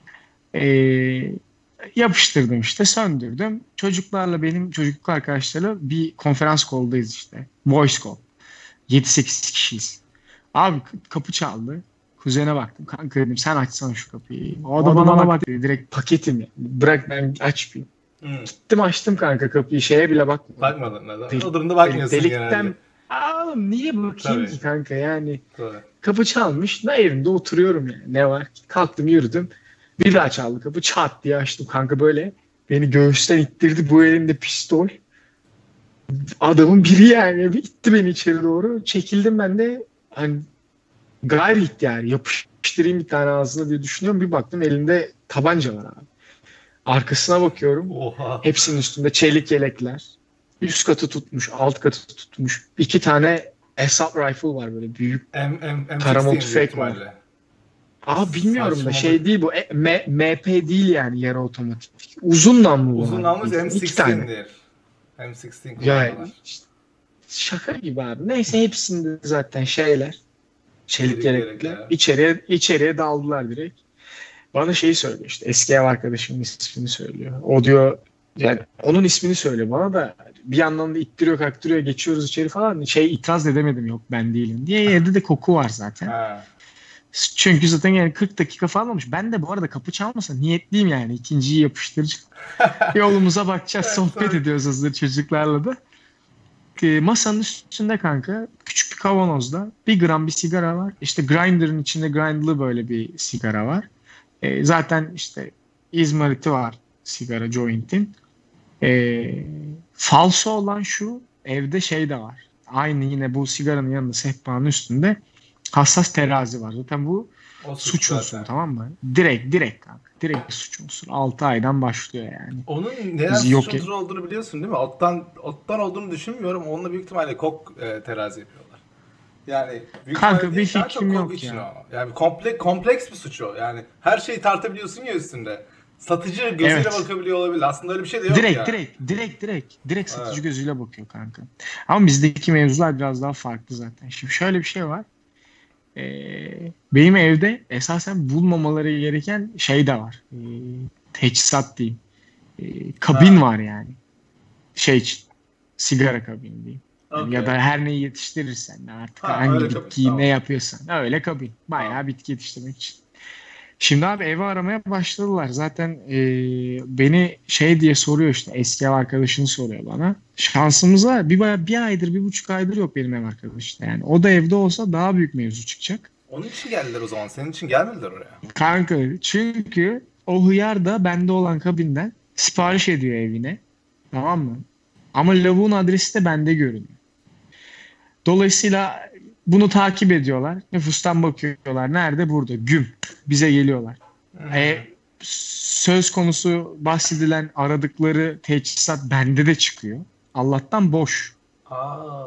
Ee, yapıştırdım işte söndürdüm. Çocuklarla benim çocukluk arkadaşlarla bir konferans call'dayız işte. Voice call. yedi sekiz kişiyiz. Abi kapı çaldı. Kuzene baktım. Kanka dedim sen açsana şu kapıyı. O adam bana bak dedi. Direkt paketim ya. Bırak ben açmayayım. Hmm. Gittim açtım kanka kapıyı. Şeye bile bakmadım. Bakmadın neden? Del- O durumda bakmıyorsun Delikten genelde. Aa, oğlum niye bakayım Tabii. ki kanka yani. Tabii. Kapı çalmış. Ne evimde oturuyorum yani. Ne var? Kalktım yürüdüm. Bir daha çaldı kapı. Çat diye açtım kanka böyle. Beni göğüsten ittirdi. Bu elimde pistol. Adamın biri yani. Bir itti beni içeri doğru. Çekildim ben de. Hani gayri ihtiyar yapıştırayım bir tane ağzına diye düşünüyorum. Bir baktım elinde tabanca var abi. Arkasına bakıyorum. Oha. Hepsinin üstünde çelik yelekler. Üst katı tutmuş, alt katı tutmuş. İki tane assault rifle var böyle büyük. M, M, M Tarama sixteen tüfek büyük var. ihtimalle. Aa bilmiyorum da Saçma şey bak. değil bu. E, M, M P değil yani yarı otomatik. Uzun namlu. Uzun var. namlus M İki tane. sixteen'dir. M sixteen Ya kullanıyorlar. işte şaka gibi abi. Neyse hepsinde zaten şeyler. Çelik Çelik yelekler. yelekler. İçeriye, içeriye daldılar direkt. Bana şeyi söylüyor işte. Eski ev arkadaşımın ismini söylüyor. O diyor yani onun ismini söyle bana da bir yandan da ittiriyor kaktırıyor geçiyoruz içeri falan. Şey itiraz edemedim yok ben değilim diye. Evde de koku var zaten. Ha. Çünkü zaten yani kırk dakika falan olmuş. Ben de bu arada kapı çalmasa niyetliyim yani. İkinciyi yapıştıracağım. Yolumuza bakacağız. Sohbet ediyoruz hazır çocuklarla da. E, masanın üstünde kanka küçük bir kavanozda bir gram bir sigara var. İşte grinder'ın içinde grindlı böyle bir sigara var. E, zaten işte izmariti var sigara joint'in. E, falso olan şu evde şey de var. Aynı yine bu sigaranın yanında sehpanın üstünde hassas terazi var. Zaten bu O suç zaten. unsuru tamam mı? Direkt direkt kanka. Direkt suç unsuru. altı aydan başlıyor yani. Onun neden Bizi yok suç et- unsuru olduğunu biliyorsun değil mi? Ottan, ottan olduğunu düşünmüyorum. Onunla büyük ihtimalle kok e, terazi yapıyorlar. Yani büyük Kanka, ihtimalle bir değil, daha fikrim çok yok kok için ya. o. Yani kompleks, kompleks bir suç o. Yani her şeyi tartabiliyorsun ya üstünde. Satıcı gözüyle Evet. bakabiliyor olabilir. Aslında öyle bir şey de yok Direkt ya. direkt direkt direkt direkt satıcı Evet. gözüyle bakıyor kanka. Ama bizdeki mevzular biraz daha farklı zaten. Şimdi şöyle bir şey var. Ee, benim evde esasen bulmamaları gereken şey de var. Ee, teçhizat diyeyim. Ee, kabin Ha. var yani. Şey için. Sigara kabini diyeyim. Yani Okey. ya da her neyi yetiştirirsen artık Ha, hangi öyle kabin, bitkiyi tamam. ne yapıyorsan öyle kabin. Bayağı Tamam. bitki yetiştirmek için. Şimdi abi evi aramaya başladılar. Zaten e, beni şey diye soruyor işte eski ev arkadaşını soruyor bana. Şansımıza bir, baya- bir aydır bir buçuk aydır yok benim ev arkadaşım. Yani o da evde olsa daha büyük mevzu çıkacak. Onun için geldiler o zaman. Senin için gelmediler oraya. Kanka çünkü o hıyar da bende olan kabinden sipariş ediyor evine. Tamam mı? Ama lavuğun adresi de bende görünüyor. Dolayısıyla bunu takip ediyorlar. Nüfustan bakıyorlar. Nerede? Burada. Güm. Bize geliyorlar. E, söz konusu bahsedilen aradıkları teçhizat bende de çıkıyor. Allah'tan boş. Aa.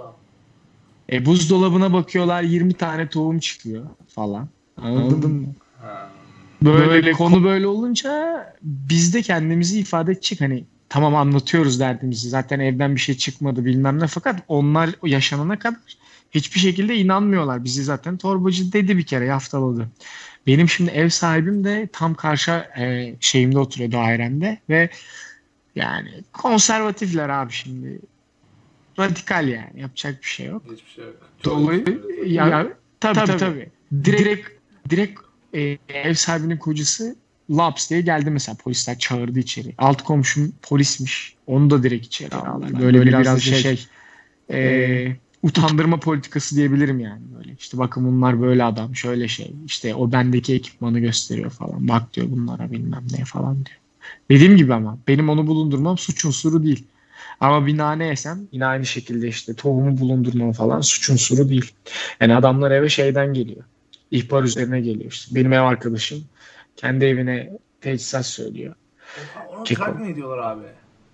E, buzdolabına bakıyorlar yirmi tane tohum çıkıyor falan. Anladın mı? Ha. Böyle konu böyle olunca biz de kendimizi ifade edecek. Hani tamam anlatıyoruz derdimizi. Zaten evden bir şey çıkmadı bilmem ne. Fakat onlar yaşanana kadar hiçbir şekilde inanmıyorlar. Bizi zaten torbacı dedi bir kere yaftaladı. Benim şimdi ev sahibim de tam karşı e, şeyimde oturuyor dairemde ve yani konservatifler abi şimdi. Radikal yani yapacak bir şey yok. Hiçbir şey yok. Çok Dolayı güzel. ya, ya tabii tabii. tabii. Direkt direkt e, ev sahibinin kocası Laps diye geldi mesela polisler çağırdı içeri. Alt komşum polismiş. Onu da direkt içeri aldılar. Böyle, böyle biraz, biraz da şey e, utandırma politikası diyebilirim yani böyle. İşte bakın bunlar böyle adam şöyle şey. İşte o bendeki ekipmanı gösteriyor falan. Bak diyor bunlara bilmem ne falan diyor. Dediğim gibi ama benim onu bulundurmam suç unsuru değil. Ama bir nane yesem yine aynı şekilde işte tohumu bulundurmam falan suç unsuru değil. Yani adamlar eve şeyden geliyor. İhbar üzerine geliyor işte. Benim ev arkadaşım kendi evine teçhizat söylüyor. Oha, onu Keko. track mi ediyorlar abi?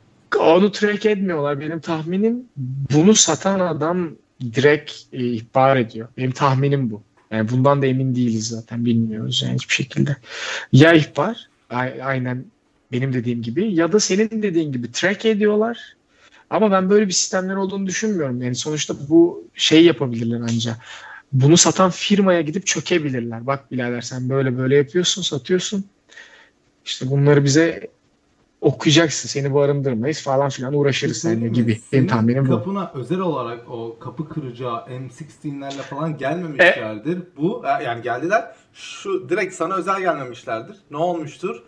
Onu track etmiyorlar. Benim tahminim bunu satan adam direkt e, ihbar ediyor. Benim tahminim bu. Yani bundan da emin değiliz zaten. Bilmiyoruz yani hiçbir şekilde. Ya ihbar a- aynen benim dediğim gibi ya da senin dediğin gibi track ediyorlar. Ama ben böyle bir sistemler olduğunu düşünmüyorum. Yani sonuçta bu şey yapabilirler ancak. Bunu satan firmaya gidip çökebilirler. Bak birader sen böyle böyle yapıyorsun, satıyorsun. İşte bunları bize okuyacaksın. Seni barındırmayız falan filan uğraşırız seninle gibi. Benim Senin tahminim bu. kapına özel olarak o kapı kıracağı M altmışlarla falan gelmemişlerdir. E- Bu e, yani geldiler. Şu direkt sana özel gelmemişlerdir. Ne olmuştur?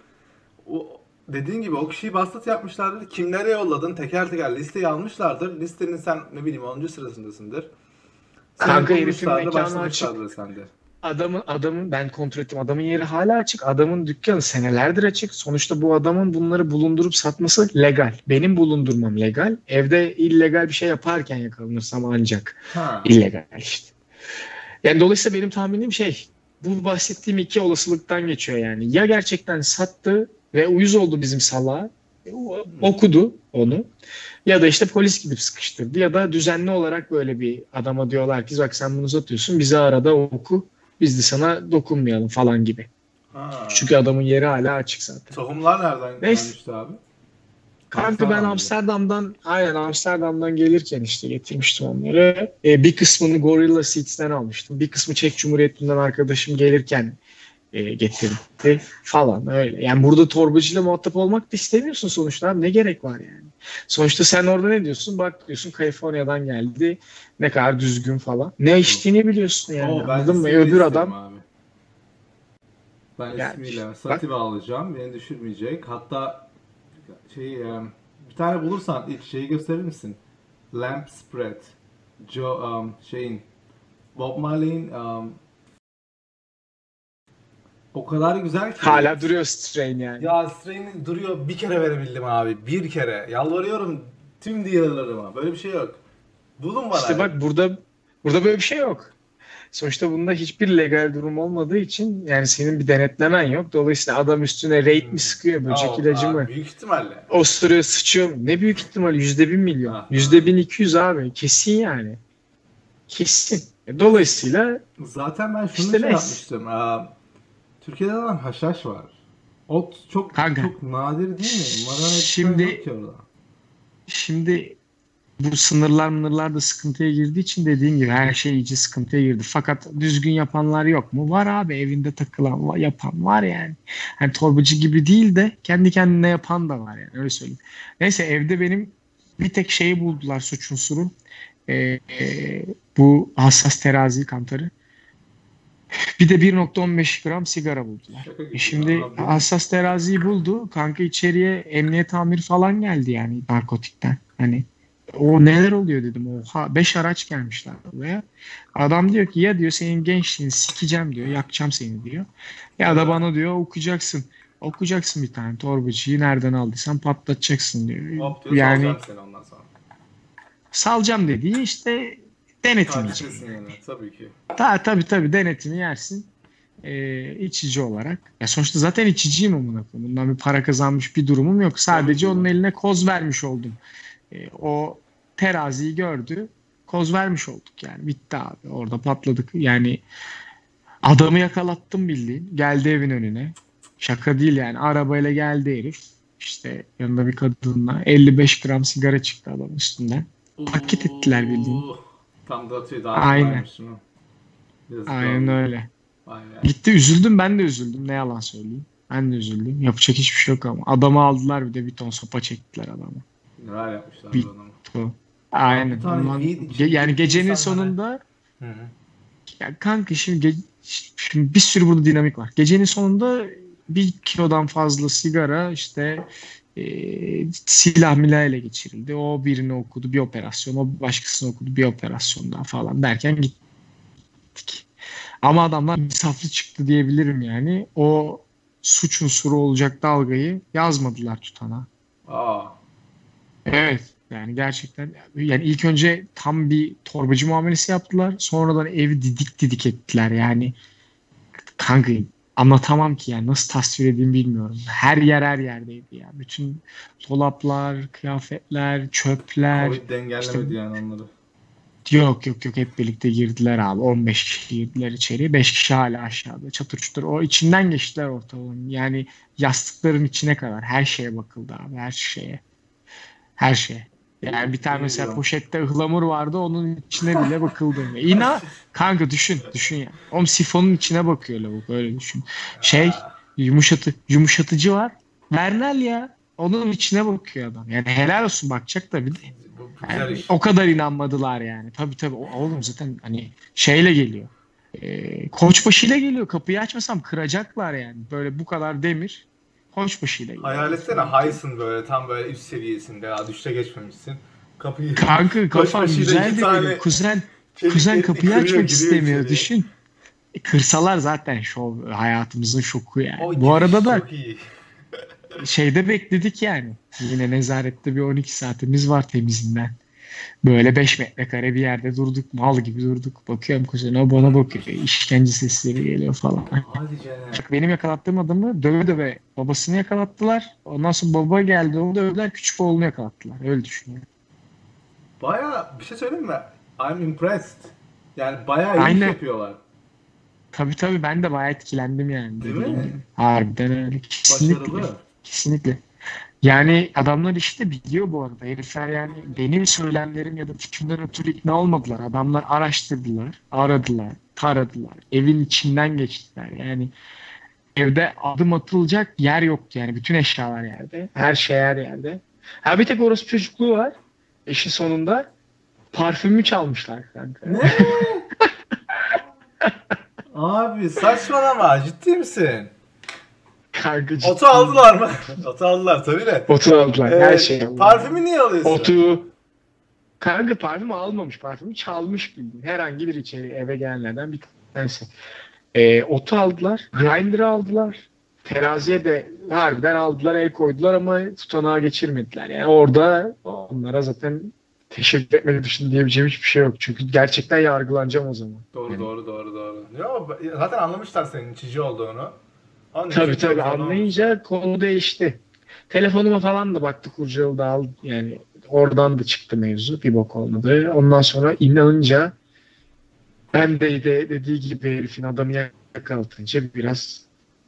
O dediğin gibi o kişiyi bastıt yapmışlardır. Kimlere yolladın? Teker teker listeyi almışlardır. Listenin sen ne bileyim onuncu sırasındasındır. Seni Kanka herifin bulmuşlardır, mekanı başlamışlardır sende. Adamın adamın ben kontrol ettim. Adamın yeri hala açık. Adamın dükkanı senelerdir açık. Sonuçta bu adamın bunları bulundurup satması legal. Benim bulundurmam legal. Evde illegal bir şey yaparken yakalanırsam ancak Ha. illegal işte. Yani dolayısıyla benim tahminim şey bu bahsettiğim iki olasılıktan geçiyor yani. Ya gerçekten sattı ve uyuz oldu bizim salağa. o- Okudu onu. Ya da işte polis gidip sıkıştırdı. Ya da düzenli olarak böyle bir adama diyorlar ki bak sen bunu satıyorsun bizi arada oku. Biz de sana dokunmayalım falan gibi. Ha. Çünkü adamın yeri hala açık zaten. Tohumlar nereden Neyse. gelmişti abi? Kanka ben Amsterdam'dan aynen Amsterdam'dan gelirken işte getirmiştim onları. Ee, bir kısmını Gorilla Seeds'ten almıştım. Bir kısmı Çek Cumhuriyeti'nden arkadaşım gelirken e, getirdi falan öyle. Yani burada torbacıyla muhatap olmak da istemiyorsun sonuçta abi. Ne gerek var yani? Sonuçta sen orada ne diyorsun? Bak diyorsun Kaliforniya'dan geldi. Ne kadar düzgün falan. Ne içtiğini biliyorsun yani. Oo, ben Anladın mı? ismiyle Öbür isterim adam abi. Ben Yani, ismiyle bak. Sativa alacağım. Beni düşürmeyecek. Hatta şey e, bir tane bulursan ilk şeyi gösterir misin? Lamp Spread. Joe um, şeyin Bob Marley'in um, o kadar güzel ki. hala duruyor strain yani. Ya Strain'i duruyor, bir kere verebildim abi. Bir kere. Yalvarıyorum tüm dealerlarıma. Böyle bir şey yok. Bulun bana. İşte bak burada burada böyle bir şey yok. Sonuçta bunda hiçbir legal durum olmadığı için yani senin bir denetlemen yok. Dolayısıyla adam üstüne raid mi sıkıyor, böcek Aa, ilacı aa, mı? Büyük ihtimalle. Osturuyor, sıçıyor mu? Ne büyük ihtimal? Yüzde bin milyon. Ha. Yüzde bin iki yüz abi. Kesin yani. Kesin. E, Dolayısıyla Zaten ben şunu İşte şey neyse. yapmıştım. Aa, Türkiye'de olan haşhaş var. Ot çok Kanka, çok nadir değil mi? Marana şimdi- yok ki orada. Şimdi bu sınırlar mınırlar da sıkıntıya girdiği için dediğin gibi her şey iyice sıkıntıya girdi. Fakat düzgün yapanlar yok mu? Var abi, evinde takılan va- yapan var yani. Hani torbacı gibi değil de kendi kendine yapan da var yani, öyle söyleyeyim. Neyse, evde benim bir tek şeyi buldular, suç unsuru. Ee, e, bu hassas terazi kantarı. Bir de bir nokta on beş gram sigara buldular. Şaka gibi E şimdi ya. Abi, hassas teraziyi buldu. Kanka içeriye emniyet amiri falan geldi yani narkotikten. Hani o neler oluyor dedim. Oha, beş araç gelmişler buraya. Adam diyor ki ya diyor senin gençliğini sikeceğim diyor. Yakacağım seni diyor. Ya da bana diyor okuyacaksın. Okuyacaksın bir tane torbacıyı nereden aldıysan patlatacaksın diyor. hop diyor, Yani salacağım seni ondan sonra. salacağım dediği işte denetim yiyecek. Takipçisin yani tabii ki. Ta, tabii tabii denetimi yersin. Ee, içici olarak. Ya sonuçta zaten içiciyim amına koyayım. Bundan bir para kazanmış bir durumum yok. Sadece Tabii ki. onun eline koz vermiş oldum. Ee, o teraziyi gördü. Koz vermiş olduk yani. Bitti abi. Orada patladık. Yani adamı yakalattım bildiğin. Geldi evin önüne. Şaka değil yani. Arabayla geldi herif. İşte yanında bir kadınla. elli beş gram sigara çıktı adamın üstünden. Paket ettiler bildiğin. Oo, tam da atıyor daha Aynen. kolaymış, değil mi? Yazık Aynen abi. öyle. Vay be. Gitti, üzüldüm, ben de üzüldüm, ne yalan söyleyeyim. Ben de üzüldüm. Yapacak hiçbir şey yok ama. Adamı aldılar, bir de bir ton sopa çektiler adamı. Neler yapmışlar Bir- bu adamı. Tu. Aynen. Bir tane Ondan- weed ge- içen yani gecenin insanlara- sonunda Hı hı. ya kanka şimdi, ge- şimdi bir sürü burada dinamik var. Gecenin sonunda bir kilodan fazla sigara işte e, silah milah ele geçirildi. O birini okudu bir operasyon, o başkasını okudu bir operasyon daha falan derken gittik. Ama adamlar insaflı çıktı diyebilirim yani. O suç unsuru olacak dalgayı yazmadılar tutana. Aa, Evet. Yani gerçekten, yani ilk önce tam bir torbacı muamelesi yaptılar. Sonradan evi didik didik ettiler. Yani kanka anlatamam ki yani, nasıl tasvir edeyim bilmiyorum. Her yer her yerdeydi ya. Bütün dolaplar, kıyafetler, çöpler. Covid dengellemedi işte- yani onları. Yok yok yok, hep birlikte girdiler abi. on beş kişi girdiler içeri. beş kişi hala aşağıda. Çatır çutur. O içinden geçtiler ortalığın. Yani yastıkların içine kadar. Her şeye bakıldı abi. Her şeye. Her şeye. Yani bir tane İyi mesela ya. poşette ıhlamur vardı. Onun içine bile bakıldı. İna kanka, düşün. Düşün ya. Oğlum sifonun içine bakıyor lavuk. Öyle düşün. Şey yumuşatı, yumuşatıcı var. Vernel ya. Onun içine bakıyor adam. Yani helal olsun, bakacak da bir de. Bu güzel Yani iş. o kadar inanmadılar yani. Tabii tabii. O- Oğlum zaten hani şeyle geliyor. Ee, koçbaşıyla geliyor. Kapıyı açmasam kıracaklar yani. Böyle bu kadar demir. Koçbaşıyla geliyor. Hayal etsene, highsın böyle, tam böyle üst seviyesinde, ya düşte geçmemişsin. Kapıyı Kanka kafan koçbaşıyla güzel iki de tane benim. Kuzen, çelik kuzen etli kapıyı kırıyor, açmak giriyor istemiyor. içeriye. Düşün. E, kırsalar zaten şov, hayatımızın şoku yani. O Bu arada da çok iyi. şeyde bekledik yani. Yine nezarette bir on iki saatimiz var temizinden. Böyle beş metrekare bir yerde durduk. Mal gibi durduk. Bakıyorum kuzene, o bana bakıyor. İşkence sesleri geliyor falan. Hadi canım. Benim yakalattığım adamı döve döve babasını yakalattılar. Ondan sonra baba geldi, onu dövdüler. Küçük oğlunu yakalattılar. Öyle düşünüyorum. Baya bir şey söyleyeyim mi? I'm impressed. Yani bayağı iyi iş Aynen. yapıyorlar. Tabii tabii, ben de bayağı etkilendim yani. Değil dediğim mi? gibi. Harbiden öyle. Kesinlikle. Başarılı. Kesinlikle. Yani adamlar işte biliyor bu arada. Herifler yani benim söylemlerim ya da fikrimden ötürü ikna olmadılar. Adamlar araştırdılar, aradılar, taradılar. Evin içinden geçtiler. Yani evde adım atılacak yer yoktu yani. Bütün eşyalar yerde. Her şey her yerde. Ha bir tek orası çocukluğu var. İşin sonunda parfümü çalmışlar kanka. Ne? Abi saçmalama, ciddi misin? Kanka ciddi. Otu aldılar mı? Otu aldılar tabii de. Otu aldılar. Ee, Her şeyi aldılar. Parfümü niye alıyorsun? Otu. Kanka parfüm almamış. Parfümü çalmış bildiğin. Herhangi bir içeri eve gelenlerden bir tanesi. Ee, otu aldılar. Grinder'ı aldılar. Teraziye de harbiden aldılar, el koydular ama tutanağa geçirmediler. Yani orada onlara zaten teşekkür etmeyi dışında diyebileceğim hiçbir şey yok. Çünkü gerçekten yargılanacağım o zaman. Doğru Yani. doğru doğru doğru. Yo, zaten anlamışlar senin içici olduğunu. Onun Tabii için tabii, çok zorlamamış. anlayınca konu değişti. Telefonuma falan da baktık, kurcaladı, aldı. Yani oradan da çıktı mevzu. Bir bok olmadı. Ondan sonra inanınca ben de, de dediği gibi herifin adamı yakalatınca biraz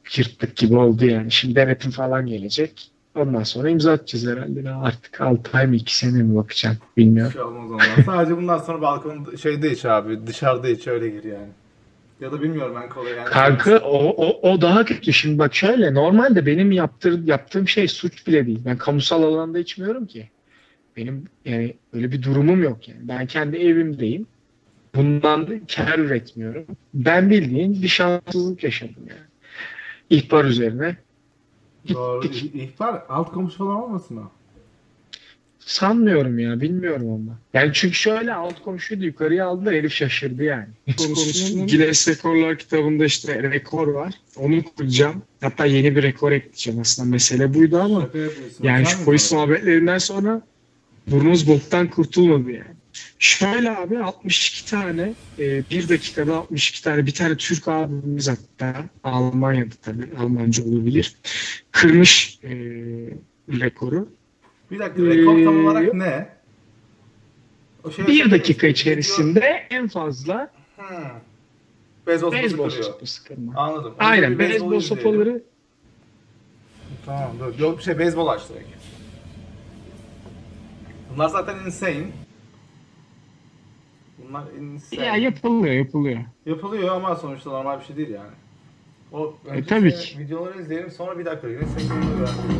yırttık gibi oldu yani. Şimdi denetim falan gelecek. Ondan sonra imza atacağız herhalde. Ya artık altı ay mı iki sene mi bakacağım Bir bilmiyorum. şey olmaz ondan. Sadece bundan sonra balkonun şeyde iç abi. Dışarıda iç öyle gir yani. Ya da bilmiyorum ben kolay yani. Kanka o, o, o daha kötü. Şimdi bak şöyle normalde benim yaptır, yaptığım şey suç bile değil. Ben kamusal alanda içmiyorum ki. Benim yani öyle bir durumum yok yani. Ben kendi evimdeyim. Bundan da kar üretmiyorum. Ben bildiğin bir şanssızlık yaşadım yani. İhbar üzerine. Doğru. İh- İhbar alt komşu falan olmasın o? Sanmıyorum ya. Bilmiyorum ama. Yani çünkü şöyle alt komşuyu da yukarıya aldılar. Herif şaşırdı yani. Konusunun Guinness Rekorlar kitabında işte rekor var. Onu kuracağım. Hatta yeni bir rekor ekleyeceğim aslında. Mesele buydu ama Şaka yapıyorsun. yani Sen şu mi polis sana? muhabbetlerinden sonra burnumuz boktan kurtulmadı yani. Şöyle abi altmış iki tane e, bir dakikada altmış iki tane bir tane Türk abimiz hatta Almanya'da tabii Almanca olabilir. Kırmış e, rekoru. Bir dakika rekor tam Ee, olarak ne? O şey Bir şey- dakika video- içerisinde en fazla Hmm. Beyzbol sopası beyzbol kırıyor. sopası kırma. Anladım. Önce Aynen bir beyzbol izleyelim. sopaları Tamam dur. Yok bir şey beyzbol aç direkt. Bunlar zaten insane. Bunlar insane. ya yapılıyor yapılıyor. Yapılıyor ama sonuçta normal bir şey değil yani. O E, önce tabii şey, ki. videoları izleyelim sonra bir dakika yine sekmeyi öğrenelim.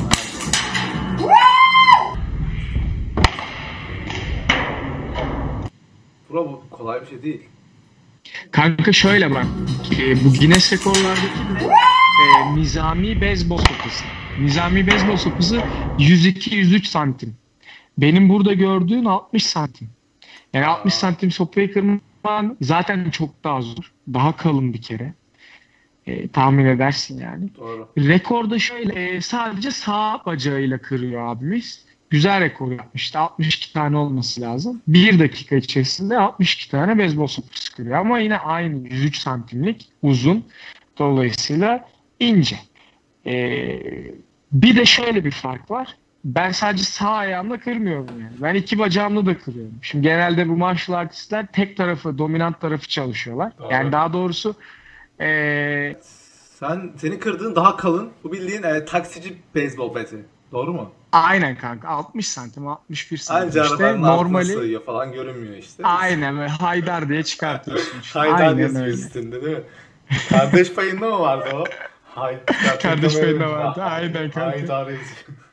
Bro bu kolay bir şey değil. Kanka şöyle bak. e, bu Guinness rekorlardaki de e, nizami beyzbol sopası. Nizami beyzbol sopası yüz iki yüz üç santim. Benim burada gördüğün altmış santim. Yani altmış santim sopayı kırman zaten çok daha zor. Daha kalın bir kere. E, tahmin edersin yani. Doğru. Rekorda şöyle e, sadece sağ bacağıyla kırıyor abimiz. Güzel rekor yapmıştı. altmış iki tane olması lazım. Bir dakika içerisinde altmış iki tane beyzbol sopası kırıyor. Ama yine aynı yüz üç santimlik uzun. Dolayısıyla ince. Ee, bir de şöyle bir fark var. Ben sadece sağ ayağımla kırmıyorum yani. Ben iki bacağımla da kırıyorum. Şimdi genelde bu martial artistler tek tarafı, dominant tarafı çalışıyorlar. Doğru. Yani daha doğrusu ee, Sen senin kırdığın daha kalın. Bu bildiğin e, taksici beyzbol beti. Doğru mu? aynen kanka altmış santim, altmış bir santim. Anca işte arabanın altına normali sığıyor falan görünmüyor işte. aynen böyle haydar diye çıkartıyorsun. işte. Haydar Aynen yazıyor öyle. üstünde değil mi? Kardeş payında mı vardı o? Hay, Kardeş hatırlamıyorum. payında vardı, aynen kanka. Haydar yazıyor.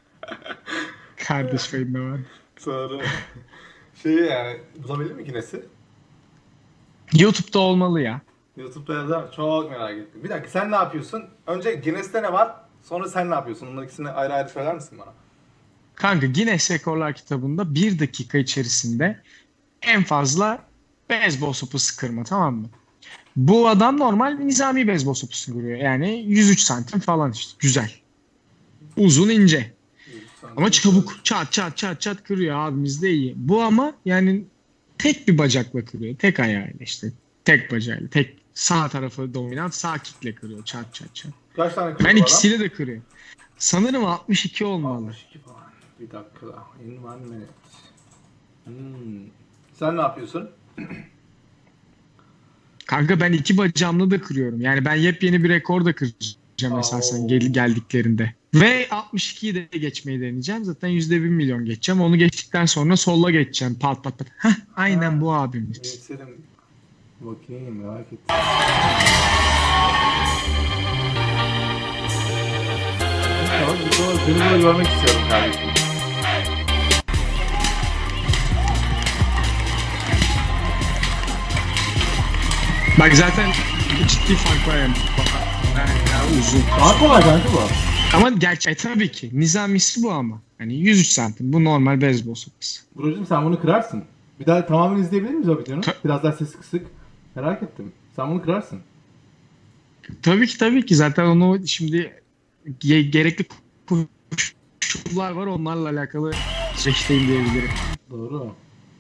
Kardeş payında var. Sonra şey yani bulabildin mi Guinness'i? YouTube'da olmalı ya. YouTube'da yazar çok merak ettim. Bir dakika sen ne yapıyorsun? Önce Guinness'te ne var? Sonra sen ne yapıyorsun? Onların ikisini ayrı ayrı söyler misin bana? Kanka Guinness Rekorlar kitabında bir dakika içerisinde en fazla beyzbol sopası kırma, tamam mı? Bu adam normal nizami beyzbol sopası kırıyor. Yani yüz üç santim falan işte. Güzel. Uzun ince. Ama çabuk. Çat çat çat çat kırıyor, abimiz de iyi. Bu ama yani tek bir bacakla kırıyor. Tek ayağıyla işte. Tek bacağıyla. Tek sağ tarafı dominant, sağ kickle kırıyor. Çat çat çat. Kaç tane kırdı Ben bu adam? ikisiyle de kırıyor. Sanırım altmış iki olmalı. altmış iki falan. Bir dakika. In one minute. Hmm. Sen ne yapıyorsun? Kanka ben iki bacağımla da kırıyorum. Yani ben yepyeni bir rekor da kıracağım Oo. esasen gel geldiklerinde. Ve altmış ikiyi de geçmeyi deneyeceğim. Zaten yüzde bir milyon geçeceğim. Onu geçtikten sonra solla geçeceğim. Pat pat pat. Heh, aynen Ha. bu abimiz. Geçelim. Bakayım merak ettim. Tamam, bu sonra seni burada görmek istiyorum kardeşim. Bak zaten ciddi fark var yani. Yani uzun. Daha kolay kanka bu. Ama gerçi e, tabii ki. Nizamisi bu ama. Hani yüz üç santim. Bu normal beyzbol sopası. Brocum sen bunu kırarsın. Bir daha tamamen izleyebilir miyiz o videonu? Ta- Biraz daha sesi kısık. Merak ettim. Sen bunu kırarsın. Tabii ki tabii ki. Zaten onu şimdi ge- gerekli koşullar var. Onlarla alakalı süreçteyim diyebilirim. Doğru.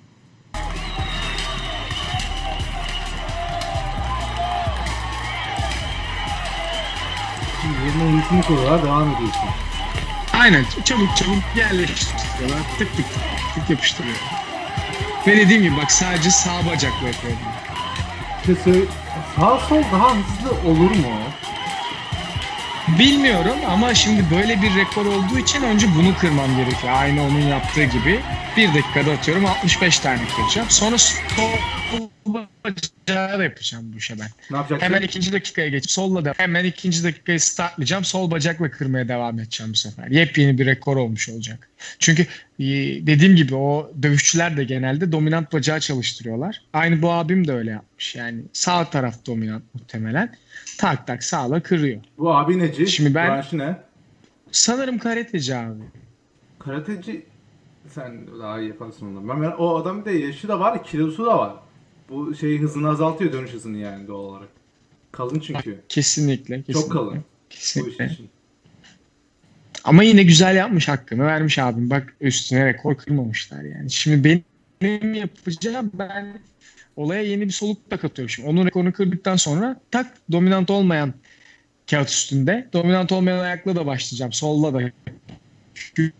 Şimdi yerine ritmi koyuyorlar, devam ediyorsun. Aynen çabuk çabuk yerleştiriyorlar. Tık tık tık tık yapıştırıyorlar. Ve dediğim gibi bak sadece sağ bacakla yapıyorum. İşte sö- sağ sol daha hızlı olur mu? Bilmiyorum ama şimdi böyle bir rekor olduğu için önce bunu kırmam gerekiyor. Aynı onun yaptığı gibi. Bir dakikada atıyorum altmış beş tane kıracağım. Sonra sol bacağı da yapacağım bu işe ben. Ne yapacaksın? Hemen ikinci dakikaya geçip solla da hemen ikinci dakikayı startlayacağım. Sol bacakla kırmaya devam edeceğim bu sefer. Yepyeni bir rekor olmuş olacak. Çünkü e, dediğim gibi o dövüşçüler de genelde dominant bacağı çalıştırıyorlar. Aynı bu abim de öyle yapmış. Yani sağ taraf dominant muhtemelen. Tak tak sağla kırıyor. Bu abi neci? Şimdi ben- Branşı ne? Sanırım karateci abi. Karateci, sen daha iyi yaparsın ondan. Ben, ben o adam bir de yaşı da var, kilosu da var. Bu şey hızını azaltıyor, dönüş hızını yani doğal olarak. Kalın çünkü. Kesinlikle. kesinlikle. Çok kalın bu iş Kesinlikle. için. Ama yine güzel yapmış, hakkını vermiş abim. Bak üstüne rekor kırmamışlar yani. Şimdi benim yapacağım, ben olaya yeni bir soluk da katıyorum. Şimdi onun rekorunu kırdıktan sonra tak dominant olmayan kağıt üstünde. Dominant olmayan ayakla da başlayacağım. Solla da küt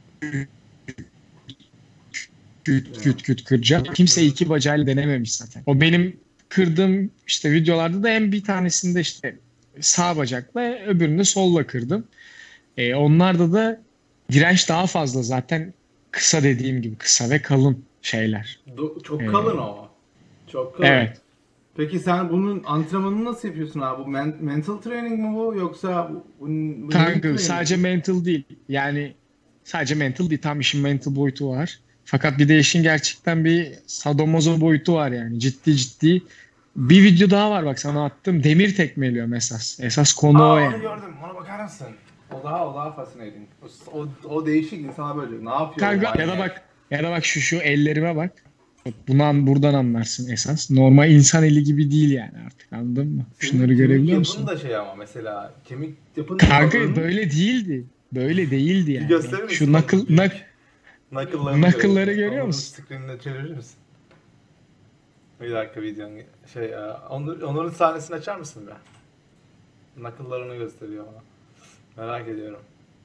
küt küt küt kıracağım. Kimse iki bacağıyla denememiş zaten. O benim kırdığım işte videolarda da en bir tanesinde işte sağ bacakla, öbüründe solla kırdım. E, onlarda da direnç daha fazla zaten, kısa dediğim gibi kısa ve kalın şeyler. Do- çok Ee, kalın o. Çok kalın. Evet. Peki sen bunun antrenmanını nasıl yapıyorsun abi? Bu men- mental training mi bu yoksa bu, bu, bu Kanka training sadece mi? mental değil. Yani sadece mental değil. Tam işin mental boyutu var. Fakat bir de işin gerçekten bir sadomazo boyutu var yani. Ciddi ciddi. Bir video daha var bak sana attım. Demir tekmeliyor esas. Esas konu Aa, o onu yani. gördüm. Ona bakar mısın? O daha o daha fascinating. O, o, o değişik insana böyle. Ne yapıyor? Kanka bu ya da manyak? bak ya da bak şu şu ellerime bak. Bundan buradan anlarsın esas. Normal insan eli gibi değil yani artık, anladın mı? Senin Şunları kemik görebiliyor yapın musun? da şey ama mesela kemik yapın da Kanka kalın. böyle değildi. Böyle değildi Bir yani. gösterir misin? Şu bak knuckle, bu büyük? knuck, Knuckle'larını knuckle'ları görüyorsun. görüyor Onun musun? screen'ine çevirir misin? Bir dakika videonun şey ya. Onur, Onur'un sahnesini açar mısın be? Knuckle'larını gösteriyor bana. Merak ediyorum.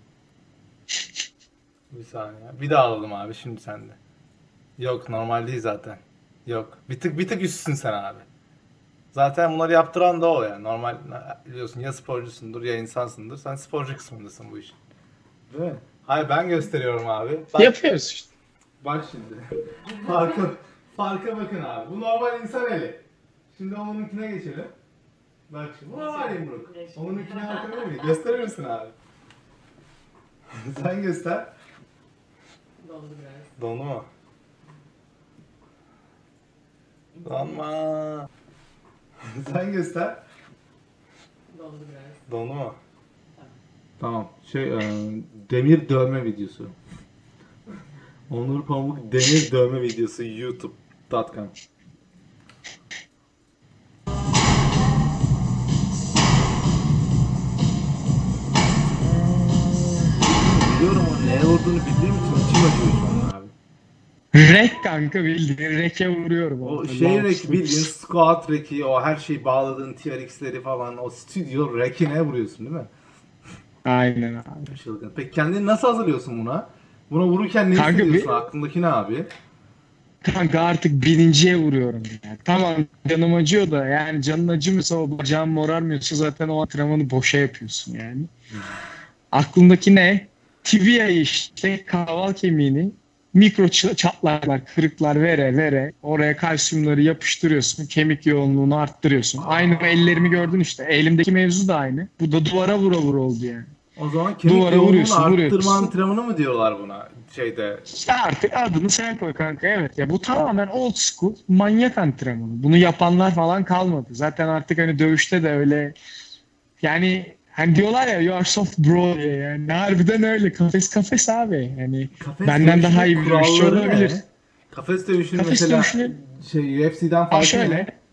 Bir saniye. Bir daha alalım abi şimdi sende. Yok normal değil zaten. Yok. Bir tık bir tık üstsün sen abi. Zaten bunları yaptıran da o yani. Normal biliyorsun ya sporcusundur ya insansındır. Sen sporcu kısmındasın bu işin. Değil mi? Hayır ben gösteriyorum abi. Bak, Yapıyoruz işte. bak şimdi. Farka, farka bakın abi. Bu normal insan eli. Şimdi onunkine geçelim. Bak şimdi. Bu normal yumruk. Onunkine bakabilir miyim? Gösterir misin abi? Sen göster. Dondu biraz. Dondu mu? Donma. Sen göster. Dondu biraz. Dondu mu? Tamam. Şey, e, demir dövme videosu. Onur Pamuk demir dövme videosu youtube nokta com. Biliyorum o neye vurduğunu bildiğim için içim acıyor şu an abi. Rek kanka, bildiğin reke vuruyorum. O orada. şey Laps, reki bildiğin lups. squat reki, o her şeyi bağladığın T R X'leri falan, o stüdyo rekine vuruyorsun değil mi? Aynen abi. Çılgın. Peki kendini nasıl hazırlıyorsun buna? Buna vururken ne Kanka hissediyorsun? bir- Aklındaki ne abi? Kanka artık birinciye vuruyorum yani. Tamam canım acıyor da yani, canın acımıyorsa, o bacağın morarmıyorsa zaten o antrenmanı boşa yapıyorsun yani. Aklındaki ne? Tibia'yı işte, kaval kemiğini mikro ç- çatlaklar, kırıklar vere vere oraya kalsiyumları yapıştırıyorsun. Kemik yoğunluğunu arttırıyorsun. Aynı ellerimi gördün işte. Elimdeki mevzu da aynı. Bu da duvara vura vura oldu yani. O zaman kemik Duvara yoğunluğunu vuruyorsun, arttırma vuruyorsun. antrenmanı mı diyorlar buna şeyde? İşte artık adını sen koy kanka, evet. Ya bu tamamen old school manyak antrenmanı. Bunu yapanlar falan kalmadı. Zaten artık hani dövüşte de öyle, yani hani diyorlar ya you are soft bro diye, yani harbiden öyle. Kafes kafes abi. Yani Kafes benden daha iyi dövüşünün bir dövüşçü kuralları olabilir. ne? Kafes dövüşünü Kafes mesela dövüşünü- şey U F C'den Ha farkı şöyle. ne?